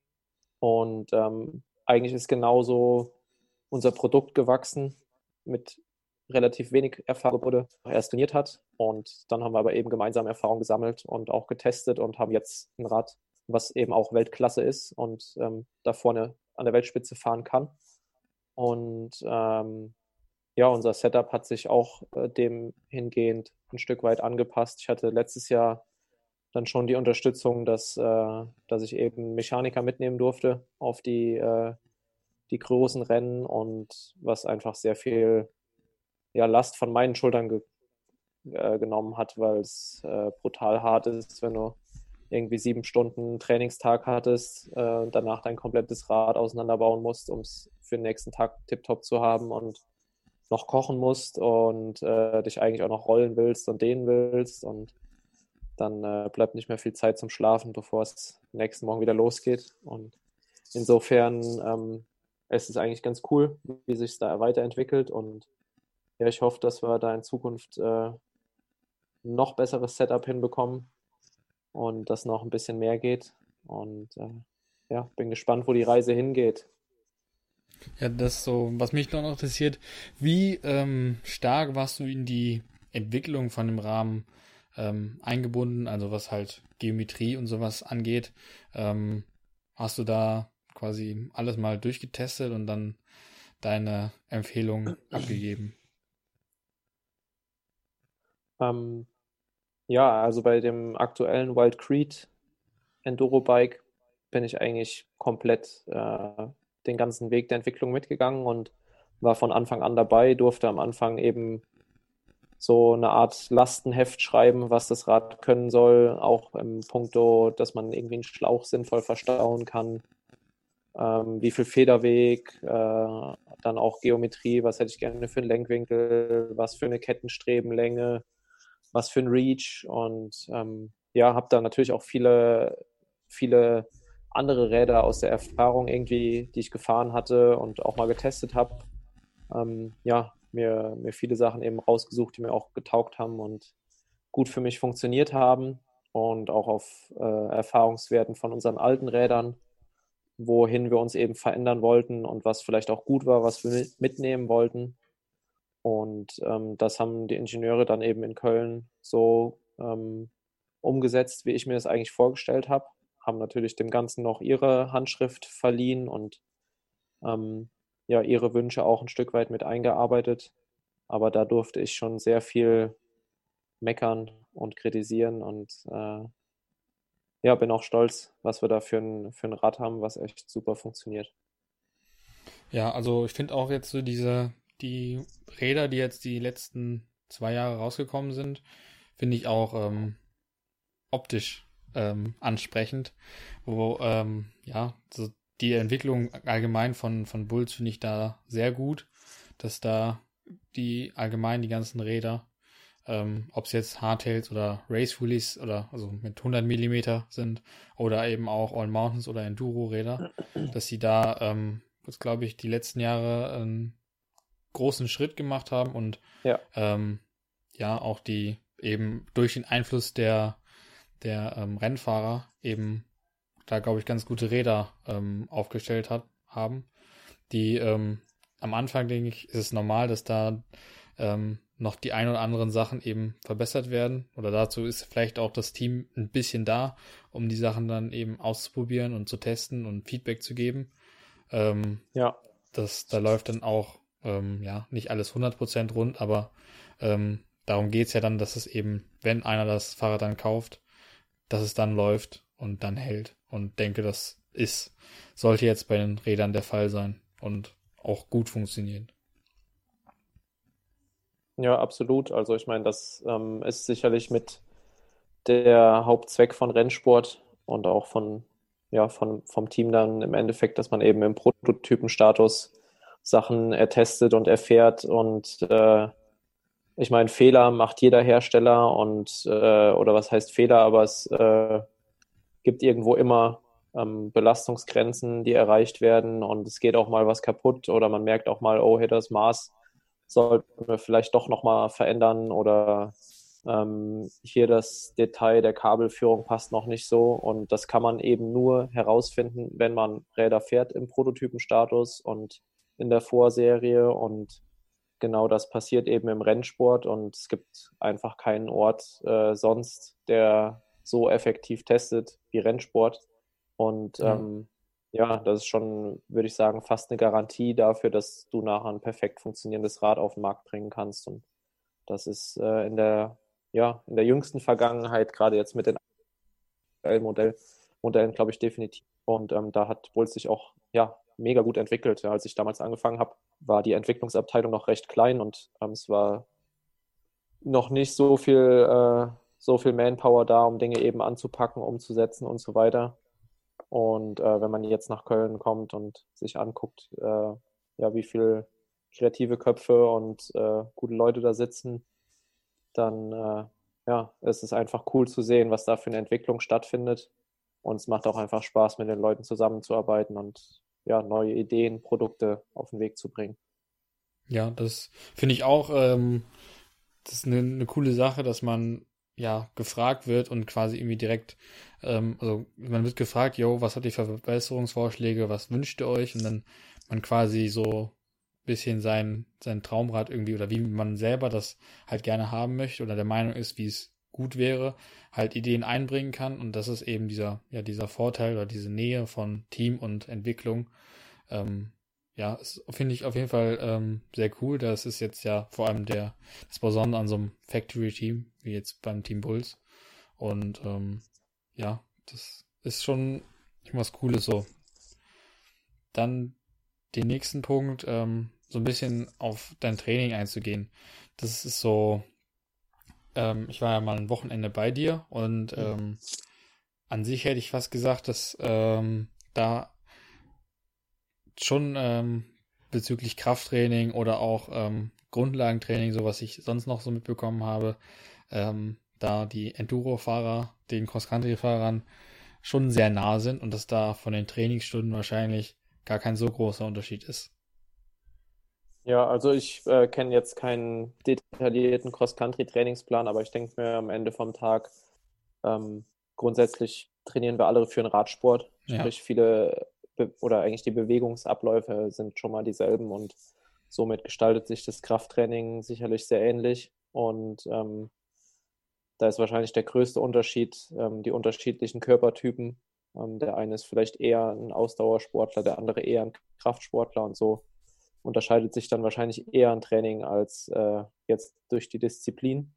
Und ähm, eigentlich ist genauso unser Produkt gewachsen mit relativ wenig Erfahrung, wurde erst trainiert hat. Und dann haben wir aber eben gemeinsam Erfahrung gesammelt und auch getestet und haben jetzt ein Rad, was eben auch Weltklasse ist und ähm, da vorne an der Weltspitze fahren kann. Und ähm, ja, unser Setup hat sich auch äh, dem hingehend ein Stück weit angepasst. Ich hatte letztes Jahr dann schon die Unterstützung, dass, äh, dass ich eben Mechaniker mitnehmen durfte auf die, äh, die großen Rennen und was einfach sehr viel ja, Last von meinen Schultern ge äh, genommen hat, weil es äh, brutal hart ist, wenn du irgendwie sieben Stunden Trainingstag hattest äh, und danach dein komplettes Rad auseinanderbauen musst, um es für den nächsten Tag tiptop zu haben und noch kochen musst und äh, dich eigentlich auch noch rollen willst und dehnen willst und dann äh, bleibt nicht mehr viel Zeit zum Schlafen, bevor es nächsten Morgen wieder losgeht. Und insofern ähm, ist es eigentlich ganz cool, wie sich es da weiterentwickelt. Und ja, ich hoffe, dass wir da in Zukunft äh, noch besseres Setup hinbekommen und dass noch ein bisschen mehr geht. Und äh, ja, bin gespannt, wo die Reise hingeht. Ja, das ist so, was mich noch interessiert, wie ähm, stark warst du in die Entwicklung von dem Rahmen ähm, eingebunden, also was halt Geometrie und sowas angeht. Ähm, hast du da quasi alles mal durchgetestet und dann deine Empfehlung abgegeben? Ähm, ja, also bei dem aktuellen Wild Creed Enduro Bike bin ich eigentlich komplett äh, den ganzen Weg der Entwicklung mitgegangen und war von Anfang an dabei, durfte am Anfang eben so eine Art Lastenheft schreiben, was das Rad können soll, auch im Punkto, dass man irgendwie einen Schlauch sinnvoll verstauen kann, ähm, wie viel Federweg, äh, dann auch Geometrie, was hätte ich gerne für einen Lenkwinkel, was für eine Kettenstrebenlänge, was für ein Reach und ähm, ja, habe da natürlich auch viele, viele andere Räder aus der Erfahrung irgendwie, die ich gefahren hatte und auch mal getestet habe, ähm, ja, mir, mir viele Sachen eben rausgesucht, die mir auch getaugt haben und gut für mich funktioniert haben und auch auf äh, Erfahrungswerten von unseren alten Rädern, wohin wir uns eben verändern wollten und was vielleicht auch gut war, was wir mitnehmen wollten. Und ähm, das haben die Ingenieure dann eben in Köln so ähm, umgesetzt, wie ich mir das eigentlich vorgestellt habe. Haben natürlich dem Ganzen noch ihre Handschrift verliehen und ähm, ja, ihre Wünsche auch ein Stück weit mit eingearbeitet. Aber da durfte ich schon sehr viel meckern und kritisieren und äh, ja, bin auch stolz, was wir da für ein, für ein Rad haben, was echt super funktioniert. Ja, also ich finde auch jetzt so diese, die Räder, die jetzt die letzten zwei Jahre rausgekommen sind, finde ich auch ähm, optisch ähm, ansprechend. Wo, ähm, ja, so die Entwicklung allgemein von, von Bulls finde ich da sehr gut, dass da die allgemein die ganzen Räder, ähm, ob es jetzt Hardtails oder Race Wheelies oder also mit hundert Millimeter sind oder eben auch All Mountains oder Enduro-Räder, dass sie da, ähm, das glaube ich, die letzten Jahre einen großen Schritt gemacht haben und Ja, ähm, ja auch die eben durch den Einfluss der der ähm, Rennfahrer eben da, glaube ich, ganz gute Räder ähm, aufgestellt hat, haben. Die ähm, am Anfang, denke ich, ist es normal, dass da ähm, noch die ein oder anderen Sachen eben verbessert werden. Oder dazu ist vielleicht auch das Team ein bisschen da, um die Sachen dann eben auszuprobieren und zu testen und Feedback zu geben. Ähm, Ja, das, da läuft dann auch ähm, ja nicht alles hundert Prozent rund, aber ähm, darum geht's ja dann, dass es eben, wenn einer das Fahrrad dann kauft, dass es dann läuft und dann hält. Und denke, das ist, sollte jetzt bei den Rädern der Fall sein und auch gut funktionieren. ja, absolut. Also ich meine, das ähm, ist sicherlich mit der Hauptzweck von Rennsport und auch von, ja, von, vom Team dann im Endeffekt, dass man eben im Prototypenstatus Sachen ertestet und erfährt. Und äh, ich meine, Fehler macht jeder Hersteller und äh, oder was heißt Fehler, aber es äh, gibt irgendwo immer ähm, Belastungsgrenzen, die erreicht werden und es geht auch mal was kaputt oder man merkt auch mal, oh, hey, das Maß sollten wir vielleicht doch nochmal verändern oder ähm, hier das Detail der Kabelführung passt noch nicht so und das kann man eben nur herausfinden, wenn man Räder fährt im Prototypenstatus und in der Vorserie und genau das passiert eben im Rennsport und es gibt einfach keinen Ort äh, sonst, der so effektiv testet wie Rennsport. Und Ja. ähm, ja, das ist schon, würde ich sagen, fast eine Garantie dafür, dass du nachher ein perfekt funktionierendes Rad auf den Markt bringen kannst. Und das ist äh, in der, ja, in der jüngsten Vergangenheit, gerade jetzt mit den Modell, Modellen, glaube ich, definitiv. Und ähm, da hat Bulls sich auch ja, mega gut entwickelt. Ja, als ich damals angefangen habe, war die Entwicklungsabteilung noch recht klein und ähm, es war noch nicht so viel, äh, so viel Manpower da, um Dinge eben anzupacken, umzusetzen und so weiter. Und äh, wenn man jetzt nach Köln kommt und sich anguckt, äh, ja, wie viel kreative Köpfe und äh, gute Leute da sitzen, dann äh, ja, es ist einfach cool zu sehen, was da für eine Entwicklung stattfindet. Und es macht auch einfach Spaß, mit den Leuten zusammenzuarbeiten und ja, neue Ideen, Produkte auf den Weg zu bringen. Ja, das finde ich auch, ähm, das ist eine, eine coole Sache, dass man ja gefragt wird und quasi irgendwie direkt, ähm, also man wird gefragt, yo, was habt ihr für Verbesserungsvorschläge, was wünscht ihr euch? Und dann man quasi so ein bisschen sein, sein Traumrad irgendwie oder wie man selber das halt gerne haben möchte oder der Meinung ist, wie es gut wäre, halt Ideen einbringen kann. Und das ist eben dieser, ja, dieser Vorteil oder diese Nähe von Team und Entwicklung. Ähm, ja, es finde ich auf jeden Fall ähm, sehr cool. Das ist jetzt ja vor allem der, das Besondere an so einem Factory-Team, wie jetzt beim Team Bulls. Und ähm, ja, das ist schon was Cooles so. Dann den nächsten Punkt, ähm, so ein bisschen auf dein Training einzugehen. Das ist so, ähm, ich war ja mal ein Wochenende bei dir und ähm, an sich hätte ich fast gesagt, dass ähm, da schon ähm, bezüglich Krafttraining oder auch ähm, Grundlagentraining, so was ich sonst noch so mitbekommen habe, ähm, da die Enduro-Fahrer den Cross-Country-Fahrern schon sehr nah sind und dass da von den Trainingsstunden wahrscheinlich gar kein so großer Unterschied ist. Ja, also ich äh, kenne jetzt keinen detaillierten Cross-Country-Trainingsplan, aber ich denke mir am Ende vom Tag, ähm, grundsätzlich trainieren wir alle für einen Radsport. Ja, Sprich, viele Be oder eigentlich die Bewegungsabläufe sind schon mal dieselben und somit gestaltet sich das Krafttraining sicherlich sehr ähnlich. Und ähm, da ist wahrscheinlich der größte Unterschied, ähm, die unterschiedlichen Körpertypen. Ähm, der eine ist vielleicht eher ein Ausdauersportler, der andere eher ein Kraftsportler und so unterscheidet sich dann wahrscheinlich eher ein Training als äh, jetzt durch die Disziplin.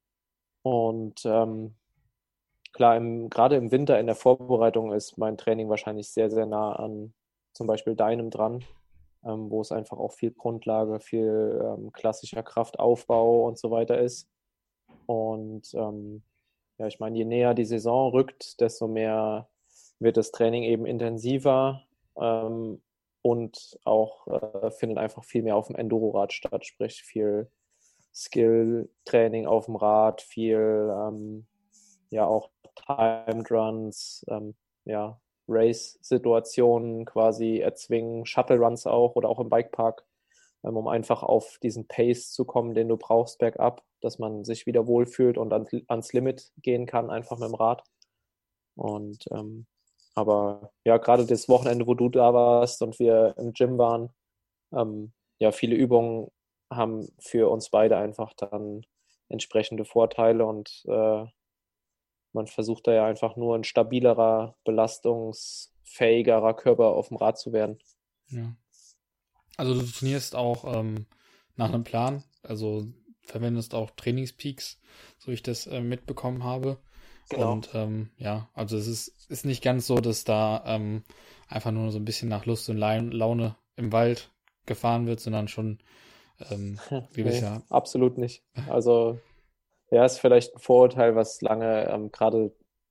Und ähm, klar, im, gerade im Winter in der Vorbereitung ist mein Training wahrscheinlich sehr, sehr nah an zum Beispiel deinem dran, ähm, wo es einfach auch viel Grundlage, viel ähm, klassischer Kraftaufbau und so weiter ist. Und ähm, ja, ich meine, je näher die Saison rückt, desto mehr wird das Training eben intensiver ähm, und auch äh, findet einfach viel mehr auf dem Enduro-Rad statt, sprich viel Skill-Training auf dem Rad, viel ähm, ja auch Timed Runs, ähm, ja, Race-Situationen quasi erzwingen, Shuttle-Runs auch oder auch im Bikepark, ähm, um einfach auf diesen Pace zu kommen, den du brauchst bergab, dass man sich wieder wohlfühlt und ans, ans Limit gehen kann, einfach mit dem Rad. Und ähm, aber ja, gerade das Wochenende, wo du da warst und wir im Gym waren, ähm, ja, viele Übungen haben für uns beide einfach dann entsprechende Vorteile und äh, man versucht da ja einfach nur ein stabilerer, belastungsfähigerer Körper auf dem Rad zu werden. Ja. Also du trainierst auch ähm, nach einem Plan, also verwendest auch Trainingspeaks, so ich das äh, mitbekommen habe. Genau. Und ähm, ja, also es ist, ist nicht ganz so, dass da ähm, einfach nur so ein bisschen nach Lust und Laune im Wald gefahren wird, sondern schon ähm, wie Nee, bisher. absolut nicht. Also ja, ist vielleicht ein Vorurteil, was lange ähm, gerade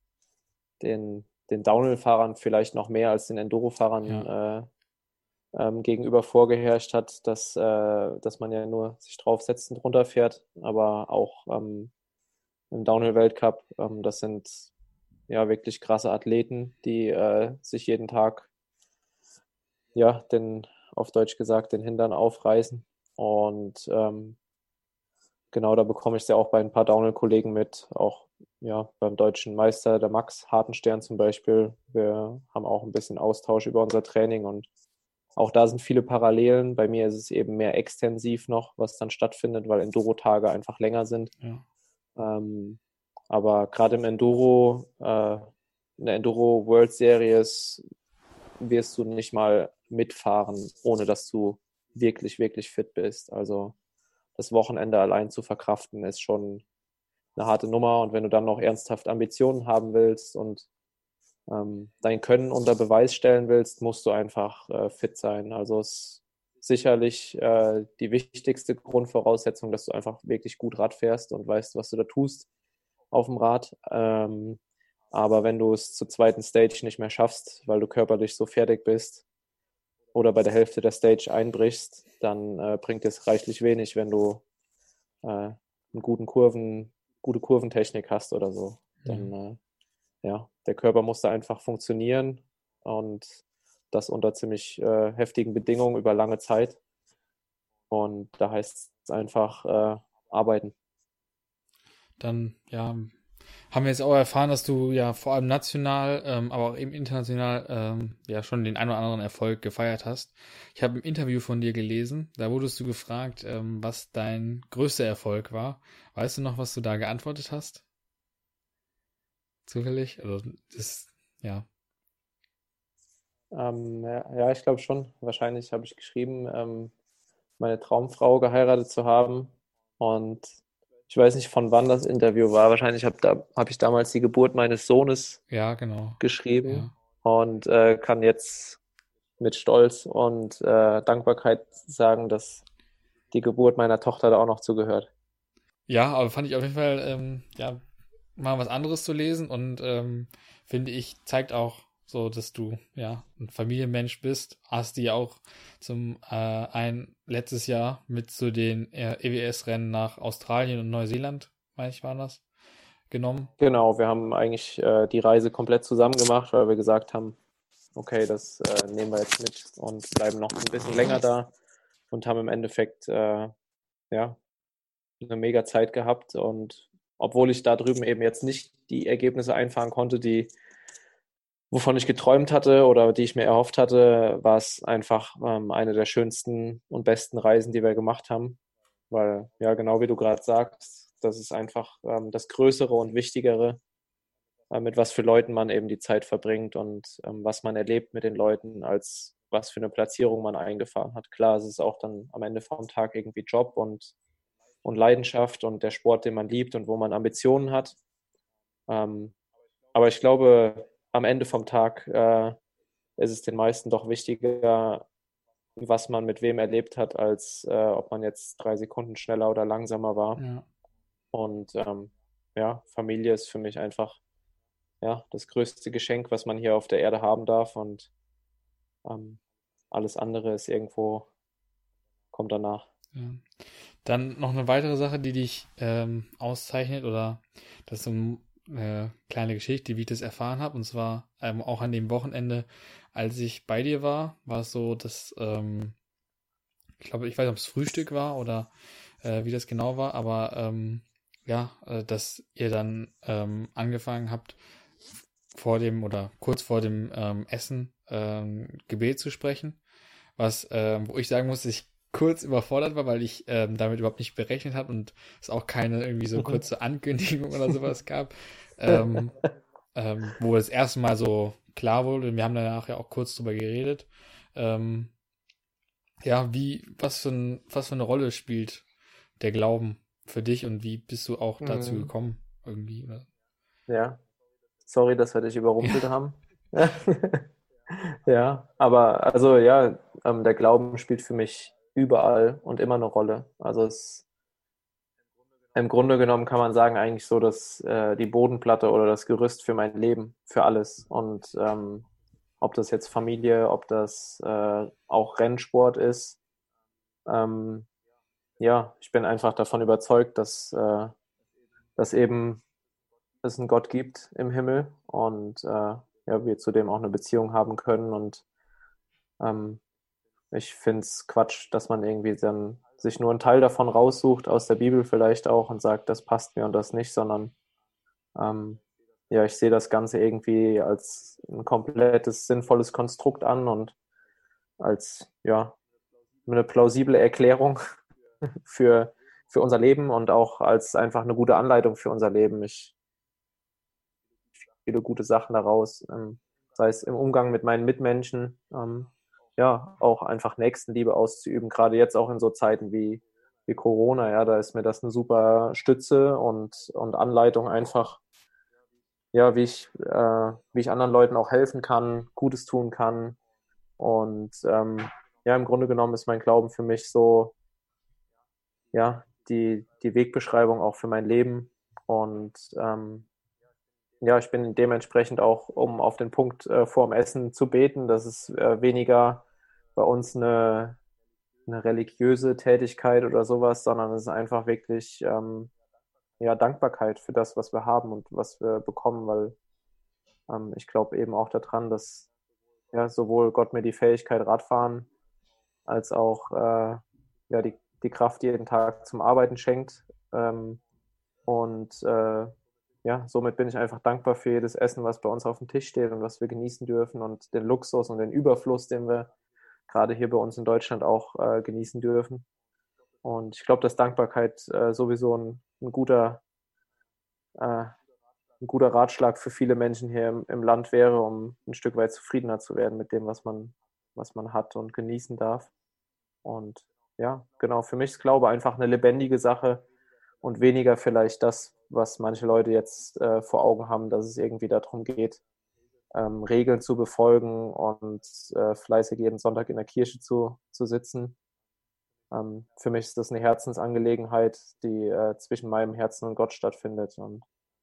den, den Downhill-Fahrern vielleicht noch mehr als den Enduro-Fahrern Ja, äh, ähm, gegenüber vorgeherrscht hat, dass, äh, dass man ja nur sich draufsetzt und runterfährt, aber auch ähm, im Downhill-Weltcup, ähm, das sind ja wirklich krasse Athleten, die äh, sich jeden Tag, ja, den, auf Deutsch gesagt, den Hintern aufreißen. Und ähm, genau, da bekomme ich es ja auch bei ein paar Downhill-Kollegen mit, auch ja, beim deutschen Meister, der Max Hartenstern zum Beispiel. Wir haben auch ein bisschen Austausch über unser Training und auch da sind viele Parallelen. Bei mir ist es eben mehr extensiv noch, was dann stattfindet, weil Enduro-Tage einfach länger sind. ja, Ähm, aber gerade im Enduro, äh, in der Enduro World Series wirst du nicht mal mitfahren, ohne dass du wirklich, wirklich fit bist. Also das Wochenende allein zu verkraften, ist schon eine harte Nummer. Und wenn du dann noch ernsthaft Ambitionen haben willst und ähm, dein Können unter Beweis stellen willst, musst du einfach äh, fit sein. Also es ist sicherlich äh, die wichtigste Grundvoraussetzung, dass du einfach wirklich gut Rad fährst und weißt, was du da tust auf dem Rad. Ähm, aber wenn du es zur zweiten Stage nicht mehr schaffst, weil du körperlich so fertig bist oder bei der Hälfte der Stage einbrichst, dann äh, bringt es reichlich wenig, wenn du äh, einen guten Kurven, gute Kurventechnik hast oder so. ja. Dann äh, ja, der Körper muss da einfach funktionieren und das unter ziemlich äh, heftigen Bedingungen über lange Zeit. Und da heißt es einfach äh, arbeiten. Dann, ja, haben wir jetzt auch erfahren, dass du ja vor allem national, ähm, aber auch eben international ähm, ja schon den ein oder anderen Erfolg gefeiert hast. Ich habe ein Interview von dir gelesen, da wurdest du gefragt, ähm, was dein größter Erfolg war. Weißt du noch, was du da geantwortet hast? Zufällig? Also das, ja. Ähm, ja, ja, ich glaube schon. Wahrscheinlich habe ich geschrieben, ähm, meine Traumfrau geheiratet zu haben. Und ich weiß nicht, von wann das Interview war. Wahrscheinlich habe da, hab ich damals die Geburt meines Sohnes Ja, genau. geschrieben Ja. und äh, kann jetzt mit Stolz und äh, Dankbarkeit sagen, dass die Geburt meiner Tochter da auch noch zugehört. Ja, aber fand ich auf jeden Fall, ähm, ja, mal was anderes zu lesen und ähm, finde ich, zeigt auch so, dass du ja ein Familienmensch bist. Hast die ja auch zum äh, ein letztes Jahr mit zu den äh, E W S-Rennen nach Australien und Neuseeland, meine ich, waren das, genommen. Genau, wir haben eigentlich äh, die Reise komplett zusammen gemacht, weil wir gesagt haben, okay, das äh, nehmen wir jetzt mit und bleiben noch ein bisschen länger da und haben im Endeffekt äh, ja, eine mega Zeit gehabt. Und obwohl ich da drüben eben jetzt nicht die Ergebnisse einfahren konnte, die, wovon ich geträumt hatte oder die ich mir erhofft hatte, war es einfach ähm, eine der schönsten und besten Reisen, die wir gemacht haben. Weil, ja, genau wie du gerade sagst, das ist einfach ähm, das Größere und Wichtigere, äh, mit was für Leuten man eben die Zeit verbringt und ähm, was man erlebt mit den Leuten, als was für eine Platzierung man eingefahren hat. Klar, es ist auch dann am Ende vom Tag irgendwie Job und, und Leidenschaft und der Sport, den man liebt und wo man Ambitionen hat. Ähm, aber ich glaube, am Ende vom Tag äh, ist es den meisten doch wichtiger, was man mit wem erlebt hat, als äh, ob man jetzt drei Sekunden schneller oder langsamer war. Ja. Und ähm, ja, Familie ist für mich einfach ja, das größte Geschenk, was man hier auf der Erde haben darf. Und ähm, alles andere ist irgendwo, kommt danach. Ja. Dann noch eine weitere Sache, die dich ähm, auszeichnet, oder das ist so eine kleine Geschichte, wie ich das erfahren habe. Und zwar ähm, auch an dem Wochenende, als ich bei dir war, war es so, dass ähm, ich glaube, ich weiß nicht, ob es Frühstück war oder äh, wie das genau war, aber ähm, ja, äh, dass ihr dann ähm, angefangen habt, vor dem oder kurz vor dem ähm, Essen ähm, Gebet zu sprechen, was, ähm, wo ich sagen muss, ich kurz überfordert war, weil ich ähm, damit überhaupt nicht berechnet habe und es auch keine irgendwie so kurze Ankündigung oder sowas gab, ähm, ähm, wo das erste Mal so klar wurde. Wir haben danach ja auch kurz drüber geredet. Ähm, ja, wie, was für ein, was für eine Rolle spielt der Glauben für dich und wie bist du auch dazu Mhm. gekommen irgendwie? Oder? Ja, sorry, dass wir dich überrumpelt Ja. haben. Ja, aber also ja, ähm, der Glauben spielt für mich überall und immer eine Rolle. Also es, im Grunde genommen kann man sagen eigentlich so, dass äh, die Bodenplatte oder das Gerüst für mein Leben, für alles. Und ähm, ob das jetzt Familie, ob das äh, auch Rennsport ist, ähm, ja, ich bin einfach davon überzeugt, dass, äh, dass eben es einen Gott gibt im Himmel und äh, ja, wir zudem auch eine Beziehung haben können. Und ähm, ich finde es Quatsch, dass man irgendwie dann sich nur einen Teil davon raussucht, aus der Bibel vielleicht auch, und sagt, das passt mir und das nicht, sondern ähm, ja, ich sehe das Ganze irgendwie als ein komplettes, sinnvolles Konstrukt an und als ja, eine plausible Erklärung für, für unser Leben und auch als einfach eine gute Anleitung für unser Leben. Ich viele gute Sachen daraus, ähm, sei es im Umgang mit meinen Mitmenschen, ähm, ja, auch einfach Nächstenliebe auszuüben, gerade jetzt auch in so Zeiten wie, wie Corona, ja, da ist mir das eine super Stütze und, und Anleitung einfach, ja, wie ich, äh, wie ich anderen Leuten auch helfen kann, Gutes tun kann. Und ähm, ja, im Grunde genommen ist mein Glauben für mich so, ja, die, die Wegbeschreibung auch für mein Leben. Und ähm, ja, ich bin dementsprechend auch, um auf den Punkt äh, vorm Essen zu beten, das ist äh, weniger bei uns eine, eine religiöse Tätigkeit oder sowas, sondern es ist einfach wirklich ähm, ja, Dankbarkeit für das, was wir haben und was wir bekommen, weil ähm, ich glaube eben auch daran, dass ja, sowohl Gott mir die Fähigkeit Radfahren als auch äh, ja, die, die Kraft jeden Tag zum Arbeiten schenkt. Ähm, und äh, ja, somit bin ich einfach dankbar für jedes Essen, was bei uns auf dem Tisch steht und was wir genießen dürfen und den Luxus und den Überfluss, den wir gerade hier bei uns in Deutschland auch äh, genießen dürfen. Und ich glaube, dass Dankbarkeit äh, sowieso ein, ein guter, äh, ein guter Ratschlag für viele Menschen hier im, im Land wäre, um ein Stück weit zufriedener zu werden mit dem, was man, was man hat und genießen darf. Und ja, genau, für mich ist Glaube einfach eine lebendige Sache und weniger vielleicht das, was manche Leute jetzt äh, vor Augen haben, dass es irgendwie darum geht, ähm, Regeln zu befolgen und äh, fleißig jeden Sonntag in der Kirche zu, zu sitzen. Ähm, für mich ist das eine Herzensangelegenheit, die äh, zwischen meinem Herzen und Gott stattfindet und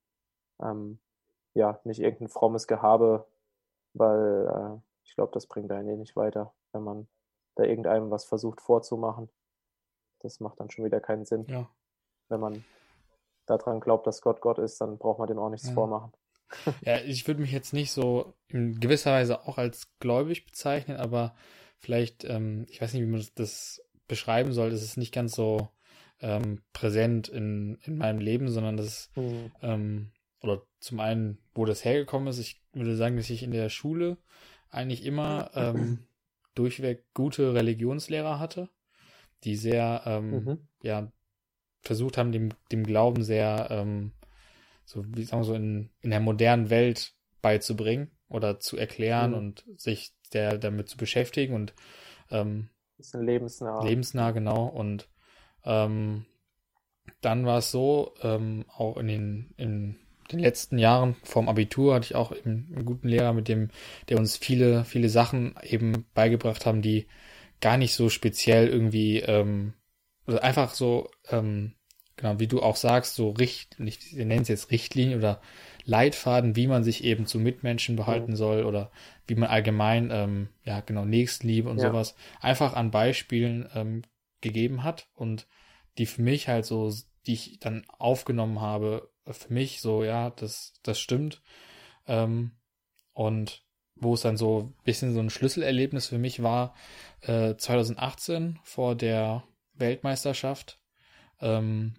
ähm, ja, nicht irgendein frommes Gehabe, weil äh, ich glaube, das bringt einen eh nicht weiter, wenn man da irgendeinem was versucht vorzumachen. Das macht dann schon wieder keinen Sinn. Ja. Wenn man daran glaubt, dass Gott Gott ist, dann braucht man dem auch nichts Ja. vormachen. Ja, ich würde mich jetzt nicht so in gewisser Weise auch als gläubig bezeichnen, aber vielleicht, ähm, ich weiß nicht, wie man das, das beschreiben soll, das ist nicht ganz so ähm, präsent in, in meinem Leben, sondern das ist, Mhm. ähm, oder zum einen, wo das hergekommen ist, ich würde sagen, dass ich in der Schule eigentlich immer ähm, durchweg gute Religionslehrer hatte, die sehr, ähm, Mhm. ja, versucht haben, dem, dem Glauben sehr, ähm, so wie sagen wir so, in, in der modernen Welt beizubringen oder zu erklären Mhm. und sich der damit zu beschäftigen und ähm, Bisschen lebensnah. lebensnah, genau. Und ähm, dann war es so, ähm, auch in den, in den letzten Jahren vorm Abitur hatte ich auch eben einen guten Lehrer, mit dem, der uns viele, viele Sachen eben beigebracht haben, die gar nicht so speziell irgendwie, ähm, also einfach so, ähm, genau, wie du auch sagst, so Richt, nicht, wir nennen es jetzt Richtlinien oder Leitfaden, wie man sich eben zu Mitmenschen behalten Mhm. soll oder wie man allgemein, ähm, ja, genau, Nächstenliebe und Ja. sowas einfach an Beispielen ähm, gegeben hat und die für mich halt so, die ich dann aufgenommen habe, für mich so, ja, das, das stimmt. Ähm, und wo es dann so ein bisschen so ein Schlüsselerlebnis für mich war, äh, zwanzig achtzehn vor der Weltmeisterschaft, ähm,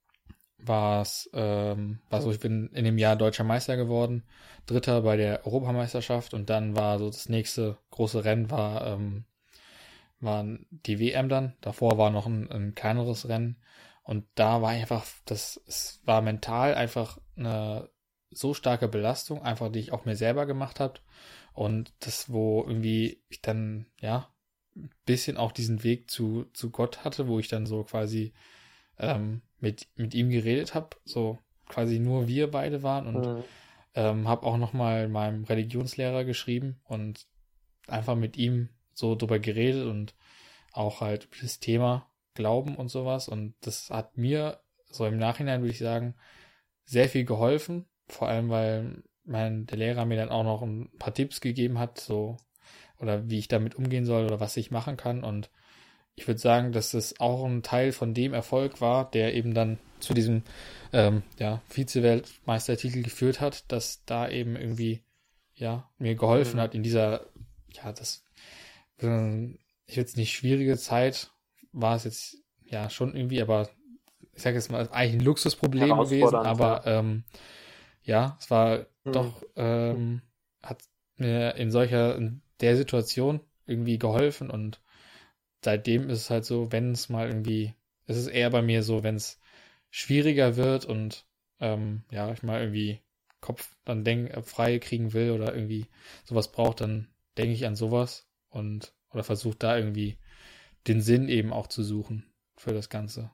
war es, ähm, war so, ich bin in dem Jahr deutscher Meister geworden, Dritter bei der Europameisterschaft und dann war so das nächste große Rennen war ähm, waren die W M dann. Davor war noch ein, ein kleineres Rennen. Und da war einfach, das, es war mental einfach eine so starke Belastung, einfach die ich auch mir selber gemacht habe. Und das, wo irgendwie ich dann, ja, ein bisschen auch diesen Weg zu, zu Gott hatte, wo ich dann so quasi ähm, mit, mit ihm geredet habe, so quasi nur wir beide waren und Mhm. ähm, habe auch nochmal meinem Religionslehrer geschrieben und einfach mit ihm so drüber geredet und auch halt über das Thema Glauben und sowas. Und das hat mir so im Nachhinein, würde ich sagen, sehr viel geholfen. Vor allem, weil mein, der Lehrer mir dann auch noch ein paar Tipps gegeben hat, so, oder wie ich damit umgehen soll oder was ich machen kann. Und ich würde sagen, dass das auch ein Teil von dem Erfolg war, der eben dann zu diesem ähm, ja, Vize-Weltmeistertitel geführt hat, dass da eben irgendwie ja mir geholfen Mhm. hat in dieser, ja, das äh, ich jetzt nicht schwierige Zeit, war es jetzt ja schon irgendwie, aber ich sage jetzt mal, eigentlich ein Luxusproblem gewesen, Herausfordernd, aber ja. ähm, ja, es war Mhm. doch, ähm, hat mir in solcher, in der Situation irgendwie geholfen und seitdem ist es halt so, wenn es mal irgendwie, es ist eher bei mir so, wenn es schwieriger wird und ähm, ja, ich mal irgendwie Kopf dann denk, äh, frei kriegen will oder irgendwie sowas braucht, dann denke ich an sowas und oder versuche da irgendwie den Sinn eben auch zu suchen für das Ganze.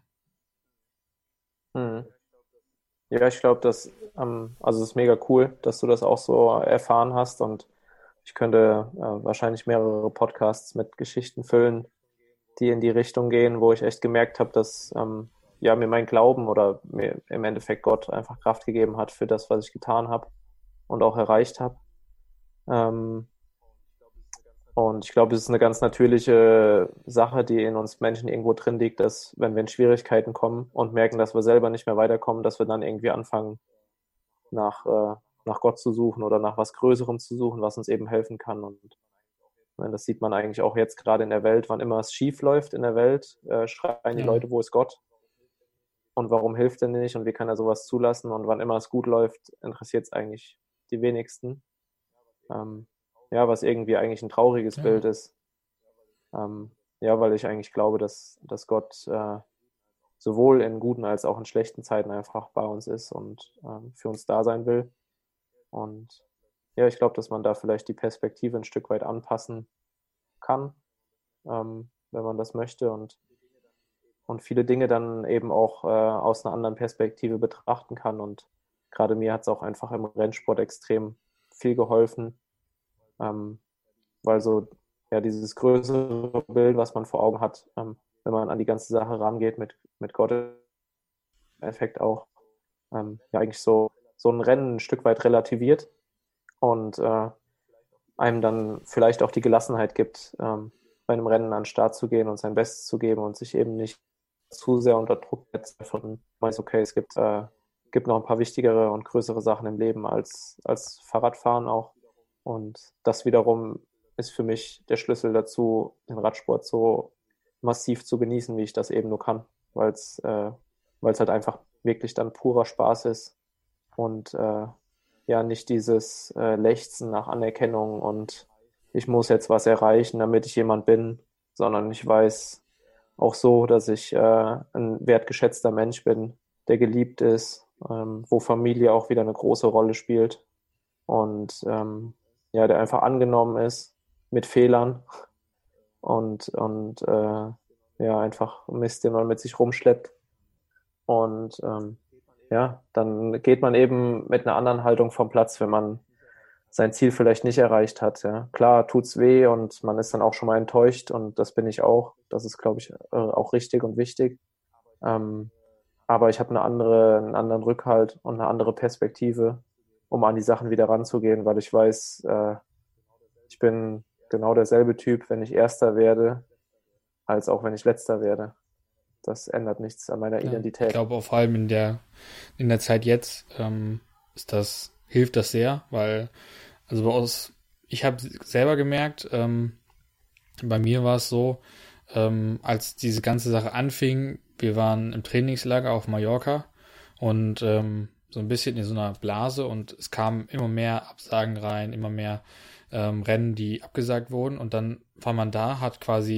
Mhm. Ja, ich glaube, dass, ähm, also es ist mega cool, dass du das auch so erfahren hast und ich könnte äh, wahrscheinlich mehrere Podcasts mit Geschichten füllen, die in die Richtung gehen, wo ich echt gemerkt habe, dass ähm, ja, mir mein Glauben oder mir im Endeffekt Gott einfach Kraft gegeben hat für das, was ich getan habe und auch erreicht habe. Ähm, und ich glaube, es ist eine ganz natürliche Sache, die in uns Menschen irgendwo drin liegt, dass wenn wir in Schwierigkeiten kommen und merken, dass wir selber nicht mehr weiterkommen, dass wir dann irgendwie anfangen, nach, äh, nach Gott zu suchen oder nach was Größerem zu suchen, was uns eben helfen kann. Und ich meine, das sieht man eigentlich auch jetzt gerade in der Welt, wann immer es schief läuft in der Welt, äh, schreien die Ja, Leute, wo ist Gott? Und warum hilft er nicht? Und wie kann er sowas zulassen? Und wann immer es gut läuft, interessiert es eigentlich die wenigsten. Ähm, ja, was irgendwie eigentlich ein trauriges ja, Bild ist. Ähm, ja, weil ich eigentlich glaube, dass, dass Gott äh, sowohl in guten als auch in schlechten Zeiten einfach bei uns ist und ähm, für uns da sein will. Und ja, ich glaube, dass man da vielleicht die Perspektive ein Stück weit anpassen kann, ähm, wenn man das möchte und, und viele Dinge dann eben auch äh, aus einer anderen Perspektive betrachten kann. Und gerade mir hat es auch einfach im Rennsport extrem viel geholfen, ähm, weil so ja dieses größere Bild, was man vor Augen hat, ähm, wenn man an die ganze Sache rangeht, mit, mit Gott im Effekt auch, ähm, ja eigentlich so, so ein Rennen ein Stück weit relativiert und äh, einem dann vielleicht auch die Gelassenheit gibt, ähm, bei einem Rennen an den Start zu gehen und sein Bestes zu geben und sich eben nicht zu sehr unter Druck setzt von weiß, okay, es gibt, äh, gibt noch ein paar wichtigere und größere Sachen im Leben als, als Fahrradfahren auch. Und das wiederum ist für mich der Schlüssel dazu, den Radsport so massiv zu genießen, wie ich das eben nur kann, weil es äh, weil es halt einfach wirklich dann purer Spaß ist und äh, ja nicht dieses äh, Lechzen nach Anerkennung und ich muss jetzt was erreichen, damit ich jemand bin, sondern ich weiß auch so, dass ich äh, ein wertgeschätzter Mensch bin, der geliebt ist, ähm, wo Familie auch wieder eine große Rolle spielt und ähm, ja, der einfach angenommen ist mit Fehlern und, und äh, ja, einfach Mist, den man mit sich rumschleppt. Und ähm, ja, dann geht man eben mit einer anderen Haltung vom Platz, wenn man sein Ziel vielleicht nicht erreicht hat. Ja. Klar, tut's weh und man ist dann auch schon mal enttäuscht und das bin ich auch. Das ist, glaube ich, äh, auch richtig und wichtig. Ähm, aber ich habe eine andere, einen anderen Rückhalt und eine andere Perspektive, um an die Sachen wieder ranzugehen, weil ich weiß, äh, ich bin genau derselbe Typ, wenn ich Erster werde, als auch wenn ich Letzter werde. Das ändert nichts an meiner ja. Ich Identität. glaube auch vor allem in der in der Zeit jetzt ähm, ist das hilft das sehr, weil also bei uns ich habe selber gemerkt, ähm, bei mir war es so, ähm, als diese ganze Sache anfing, wir waren im Trainingslager auf Mallorca und ähm, so ein bisschen in so einer Blase und es kamen immer mehr Absagen rein, immer mehr ähm, Rennen, die abgesagt wurden und dann war man da, hat quasi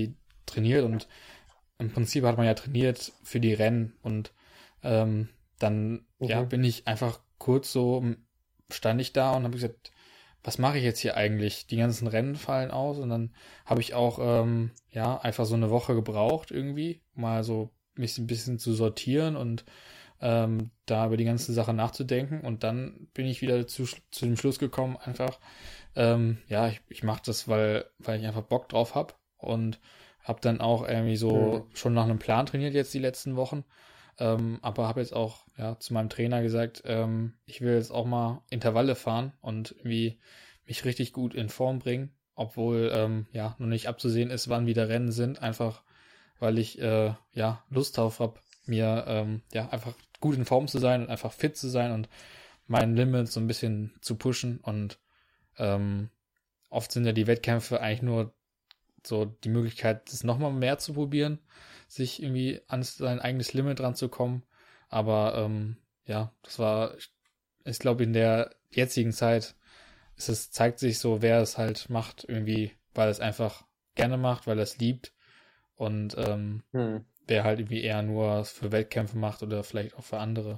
trainiert und im Prinzip hat man ja trainiert für die Rennen und ähm, dann ja Mhm. bin ich einfach kurz so stand ich da und habe gesagt, was mache ich jetzt hier eigentlich? Die ganzen Rennen fallen aus und dann habe ich auch ähm, ja einfach so eine Woche gebraucht irgendwie, mal so mich ein bisschen zu sortieren und ähm, da über die ganze Sache nachzudenken und dann bin ich wieder zu, zu dem Schluss gekommen, einfach ähm, ja, ich, ich mache das, weil, weil ich einfach Bock drauf habe und habe dann auch irgendwie Mhm. so schon nach einem Plan trainiert jetzt die letzten Wochen. Ähm, aber habe jetzt auch ja zu meinem Trainer gesagt, ähm, ich will jetzt auch mal Intervalle fahren und irgendwie mich richtig gut in Form bringen, obwohl ähm, ja noch nicht abzusehen ist, wann wieder Rennen sind, einfach weil ich äh, ja Lust drauf habe, mir ähm, ja einfach gut in Form zu sein und einfach fit zu sein und mein Limit so ein bisschen zu pushen und ähm, oft sind ja die Wettkämpfe eigentlich nur so die Möglichkeit, das nochmal mehr zu probieren, sich irgendwie an sein eigenes Limit ranzukommen. Aber ähm, ja, das war, ich glaube, in der jetzigen Zeit ist es, zeigt sich so, wer es halt macht, irgendwie, weil es einfach gerne macht, weil er es liebt und ähm, Mhm. wer halt irgendwie eher nur für Wettkämpfe macht oder vielleicht auch für andere.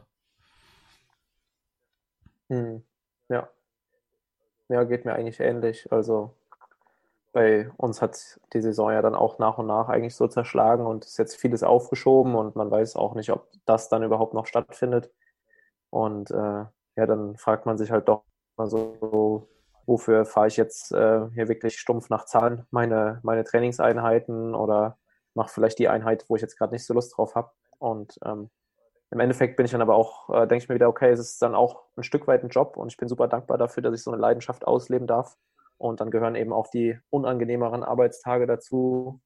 Mhm. Ja. Ja, geht mir eigentlich ähnlich. Also bei uns hat die Saison ja dann auch nach und nach eigentlich so zerschlagen und ist jetzt vieles aufgeschoben und man weiß auch nicht, ob das dann überhaupt noch stattfindet. Und äh, ja, dann fragt man sich halt doch mal so, wofür fahre ich jetzt äh, hier wirklich stumpf nach Zahlen meine, meine Trainingseinheiten oder mache vielleicht die Einheit, wo ich jetzt gerade nicht so Lust drauf habe. Und ähm, im Endeffekt bin ich dann aber auch, äh, denke ich mir wieder, okay, es ist dann auch ein Stück weit ein Job und ich bin super dankbar dafür, dass ich so eine Leidenschaft ausleben darf. Und dann gehören eben auch die unangenehmeren Arbeitstage dazu.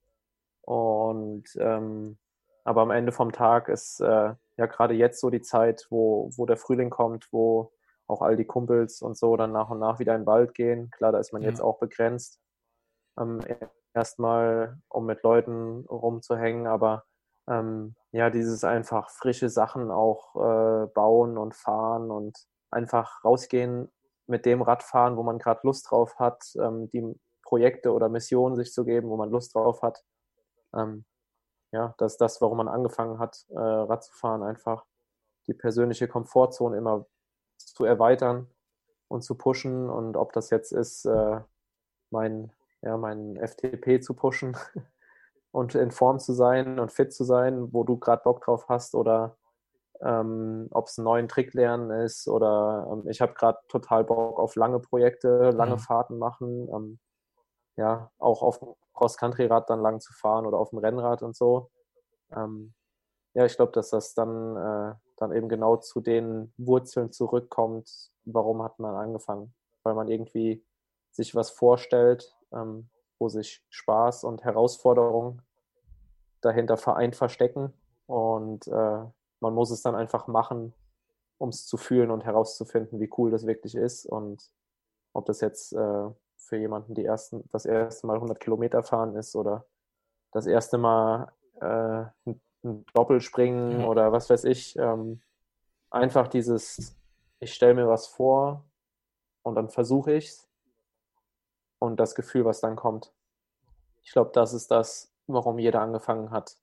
Und ähm, aber am Ende vom Tag ist äh, ja gerade jetzt so die Zeit, wo, wo der Frühling kommt, wo auch all die Kumpels und so dann nach und nach wieder in den Wald gehen. Klar, da ist man jetzt Ja, auch begrenzt, ähm, erstmal, um mit Leuten rumzuhängen, aber ähm, ja, dieses einfach frische Sachen auch äh, bauen und fahren und einfach rausgehen mit dem Radfahren, wo man gerade Lust drauf hat, ähm, die Projekte oder Missionen sich zu geben, wo man Lust drauf hat. Ähm, ja, das ist das, warum man angefangen hat, äh, Rad zu fahren, einfach die persönliche Komfortzone immer zu erweitern und zu pushen. Und ob das jetzt ist, äh, mein, ja, mein F T P zu pushen und in Form zu sein und fit zu sein, wo du gerade Bock drauf hast, oder ähm, ob es einen neuen Trick lernen ist, oder ähm, ich habe gerade total Bock auf lange Projekte, lange ja. Fahrten machen, ähm, ja, auch auf dem Cross-Country-Rad dann lang zu fahren oder auf dem Rennrad und so. Ähm, ja, ich glaube, dass das dann, äh, dann eben genau zu den Wurzeln zurückkommt, warum hat man angefangen? Weil man irgendwie sich was vorstellt, ähm, wo sich Spaß und Herausforderung dahinter vereint verstecken und äh, man muss es dann einfach machen, um es zu fühlen und herauszufinden, wie cool das wirklich ist und ob das jetzt äh, für jemanden die ersten, das erste Mal hundert Kilometer fahren ist oder das erste Mal äh, ein, ein Doppelspringen Ja. oder was weiß ich. Ähm, einfach dieses, ich stelle mir was vor und dann versuche ich es und das Gefühl, was dann kommt. Ich glaube, das ist das, warum jeder angefangen hat,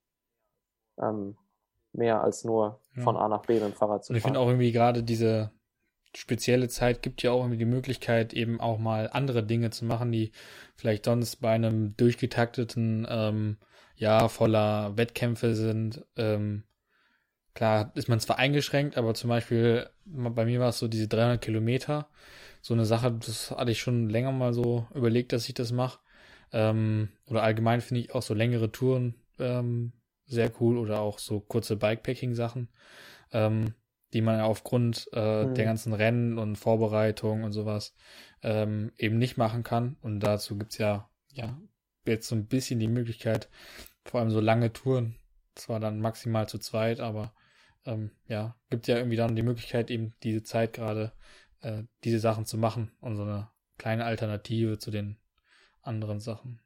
ähm, mehr als nur von Ja. A nach B mit dem Fahrrad zu Und ich finde fahren. auch irgendwie gerade diese spezielle Zeit gibt ja auch irgendwie die Möglichkeit, eben auch mal andere Dinge zu machen, die vielleicht sonst bei einem durchgetakteten ähm, Jahr voller Wettkämpfe sind. Ähm, klar ist man zwar eingeschränkt, aber zum Beispiel bei mir war es so diese dreihundert Kilometer, so eine Sache, das hatte ich schon länger mal so überlegt, dass ich das mache. Ähm, oder allgemein finde ich auch so längere Touren ähm, sehr cool oder auch so kurze Bikepacking-Sachen, ähm, die man ja aufgrund äh, der Mhm. ganzen Rennen und Vorbereitung und sowas ähm, eben nicht machen kann. Und dazu gibt's ja, ja jetzt so ein bisschen die Möglichkeit, vor allem so lange Touren, zwar dann maximal zu zweit, aber ähm, ja, gibt ja irgendwie dann die Möglichkeit, eben diese Zeit gerade äh, diese Sachen zu machen und so eine kleine Alternative zu den anderen Sachen.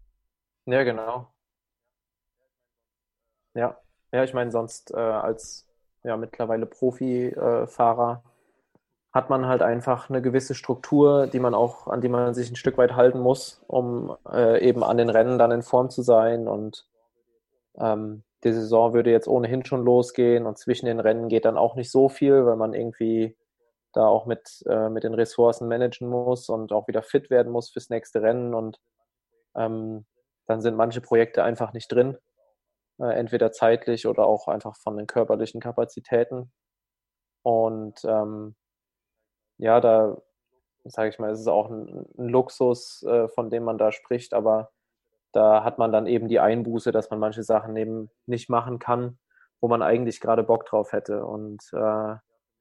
Ja, genau. Ja, ja, ich meine, sonst äh, als ja mittlerweile Profi-Fahrer hat man halt einfach eine gewisse Struktur, die man auch, an die man sich ein Stück weit halten muss, um äh, eben an den Rennen dann in Form zu sein. Und ähm, die Saison würde jetzt ohnehin schon losgehen und zwischen den Rennen geht dann auch nicht so viel, weil man irgendwie da auch mit, äh, mit den Ressourcen managen muss und auch wieder fit werden muss fürs nächste Rennen. Und ähm, dann sind manche Projekte einfach nicht drin, äh, entweder zeitlich oder auch einfach von den körperlichen Kapazitäten. Und ähm, ja, da sage ich mal, es ist auch ein, ein Luxus, äh, von dem man da spricht, aber da hat man dann eben die Einbuße, dass man manche Sachen eben nicht machen kann, wo man eigentlich gerade Bock drauf hätte. Und äh,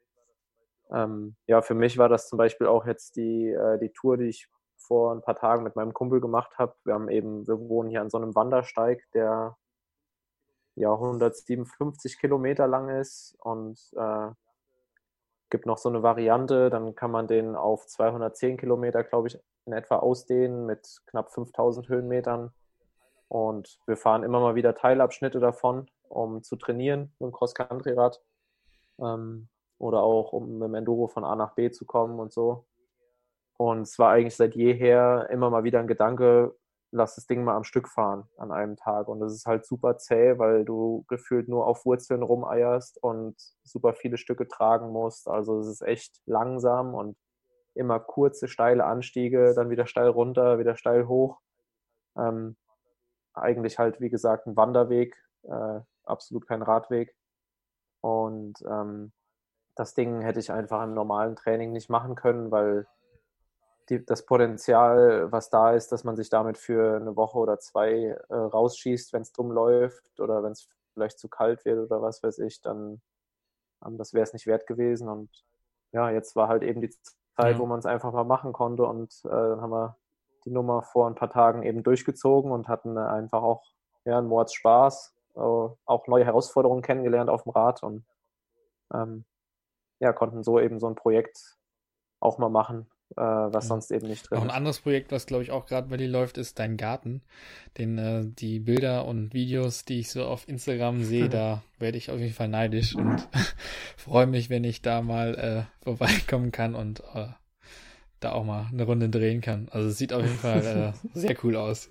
ähm, ja, für mich war das zum Beispiel auch jetzt die, äh, die Tour, die ich vor ein paar Tagen mit meinem Kumpel gemacht habe. Wir haben eben, wir wohnen hier an so einem Wandersteig, der ja hundertsiebenundfünfzig Kilometer lang ist und äh, gibt noch so eine Variante, dann kann man den auf zweihundertzehn Kilometer, glaube ich, in etwa ausdehnen mit knapp fünftausend Höhenmetern. Und wir fahren immer mal wieder Teilabschnitte davon, um zu trainieren mit dem Cross-Country-Rad ähm, oder auch um mit dem Enduro von A nach B zu kommen und so. Und es war eigentlich seit jeher immer mal wieder ein Gedanke, lass das Ding mal am Stück fahren an einem Tag. Und das ist halt super zäh, weil du gefühlt nur auf Wurzeln rumeierst und super viele Stücke tragen musst. Also es ist echt langsam und immer kurze, steile Anstiege, dann wieder steil runter, wieder steil hoch. Ähm, eigentlich halt, wie gesagt, ein Wanderweg, äh, absolut kein Radweg. Und ähm, das Ding hätte ich einfach im normalen Training nicht machen können, weil die, das Potenzial, was da ist, dass man sich damit für eine Woche oder zwei äh, rausschießt, wenn es dumm läuft oder wenn es vielleicht zu kalt wird oder was weiß ich, dann ähm, das wäre es nicht wert gewesen. Und ja, jetzt war halt eben die Zeit, Ja. wo man es einfach mal machen konnte und äh, dann haben wir die Nummer vor ein paar Tagen eben durchgezogen und hatten einfach auch ja, einen Mords Spaß, äh, auch neue Herausforderungen kennengelernt auf dem Rad und ähm, ja, konnten so eben so ein Projekt auch mal machen, äh, was Ja. sonst eben nicht Noch drin ein ist. anderes Projekt, was glaube ich auch gerade bei dir läuft, ist dein Garten. Den, äh, die Bilder und Videos, die ich so auf Instagram sehe, da werde ich auf jeden Fall neidisch und freue mich, wenn ich da mal äh, vorbeikommen kann und äh, da auch mal eine Runde drehen kann. Also es sieht auf jeden Fall äh, sehr cool aus.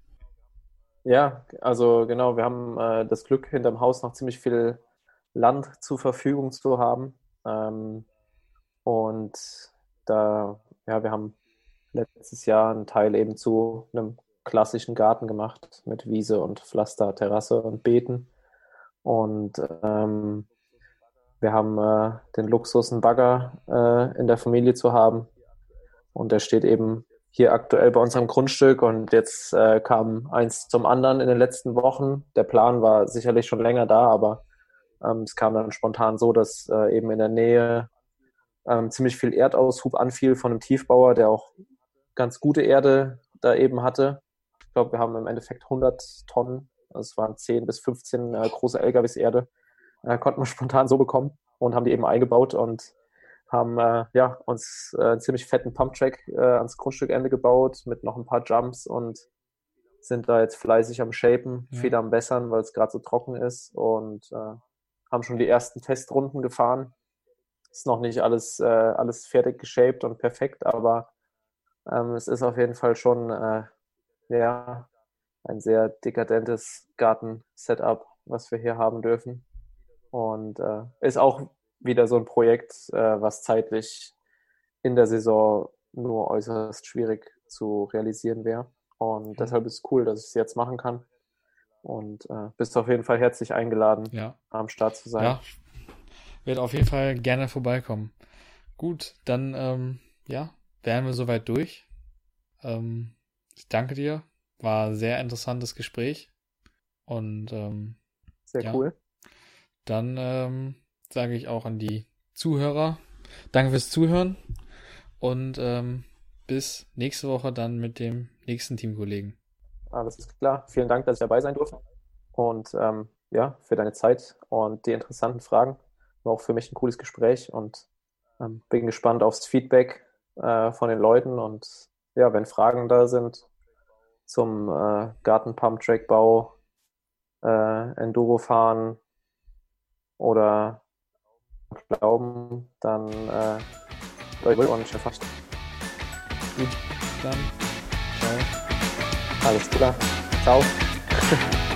Ja, also genau, wir haben äh, das Glück, hinterm Haus noch ziemlich viel Land zur Verfügung zu haben. Ähm, und da, ja, wir haben letztes Jahr einen Teil eben zu einem klassischen Garten gemacht mit Wiese und Pflaster, Terrasse und Beeten. Und ähm, wir haben äh, den Luxus, einen Bagger äh, in der Familie zu haben. Und der steht eben hier aktuell bei unserem Grundstück. Und jetzt äh, kam eins zum anderen in den letzten Wochen. Der Plan war sicherlich schon länger da, aber ähm, es kam dann spontan so, dass äh, eben in der Nähe ähm, ziemlich viel Erdaushub anfiel von einem Tiefbauer, der auch ganz gute Erde da eben hatte. Ich glaube, wir haben im Endeffekt hundert Tonnen, also es waren zehn bis fünfzehn äh, große L K Ws Erde, äh, konnten wir spontan so bekommen und haben die eben eingebaut und haben äh, ja, uns äh, einen ziemlich fetten Pumptrack äh, ans Grundstückende gebaut mit noch ein paar Jumps und sind da jetzt fleißig am Shapen, Ja. viel am Bessern, weil es gerade so trocken ist und äh, haben schon die ersten Testrunden gefahren. Ist noch nicht alles, äh, alles fertig geshaped und perfekt, aber ähm, es ist auf jeden Fall schon äh, ja, ein sehr dekadentes Garten-Setup, was wir hier haben dürfen. Und äh, ist auch wieder so ein Projekt, äh, was zeitlich in der Saison nur äußerst schwierig zu realisieren wäre. Und Ja. deshalb ist es cool, dass ich es jetzt machen kann. Und äh, bist auf jeden Fall herzlich eingeladen, Ja. am Start zu sein. Ja, werde auf jeden Fall gerne vorbeikommen. Gut, dann ähm, ja, wären wir soweit durch. Ähm, ich danke dir. War ein sehr interessantes Gespräch. Und ähm, Sehr ja, cool. dann ähm, sage ich auch an die Zuhörer, danke fürs Zuhören und ähm, bis nächste Woche dann mit dem nächsten Teamkollegen. Alles ist klar. Vielen Dank, dass ich dabei sein durfte. Und ähm, ja, für deine Zeit und die interessanten Fragen. War auch für mich ein cooles Gespräch und ähm, bin gespannt aufs Feedback äh, von den Leuten. Und ja, wenn Fragen da sind zum äh, Garten-Pump-Track-Bau, äh, Enduro-Fahren oder Glauben, dann äh, Deutsch ordentlich erfasst. Gut, dann ciao. Alles klar. Ciao.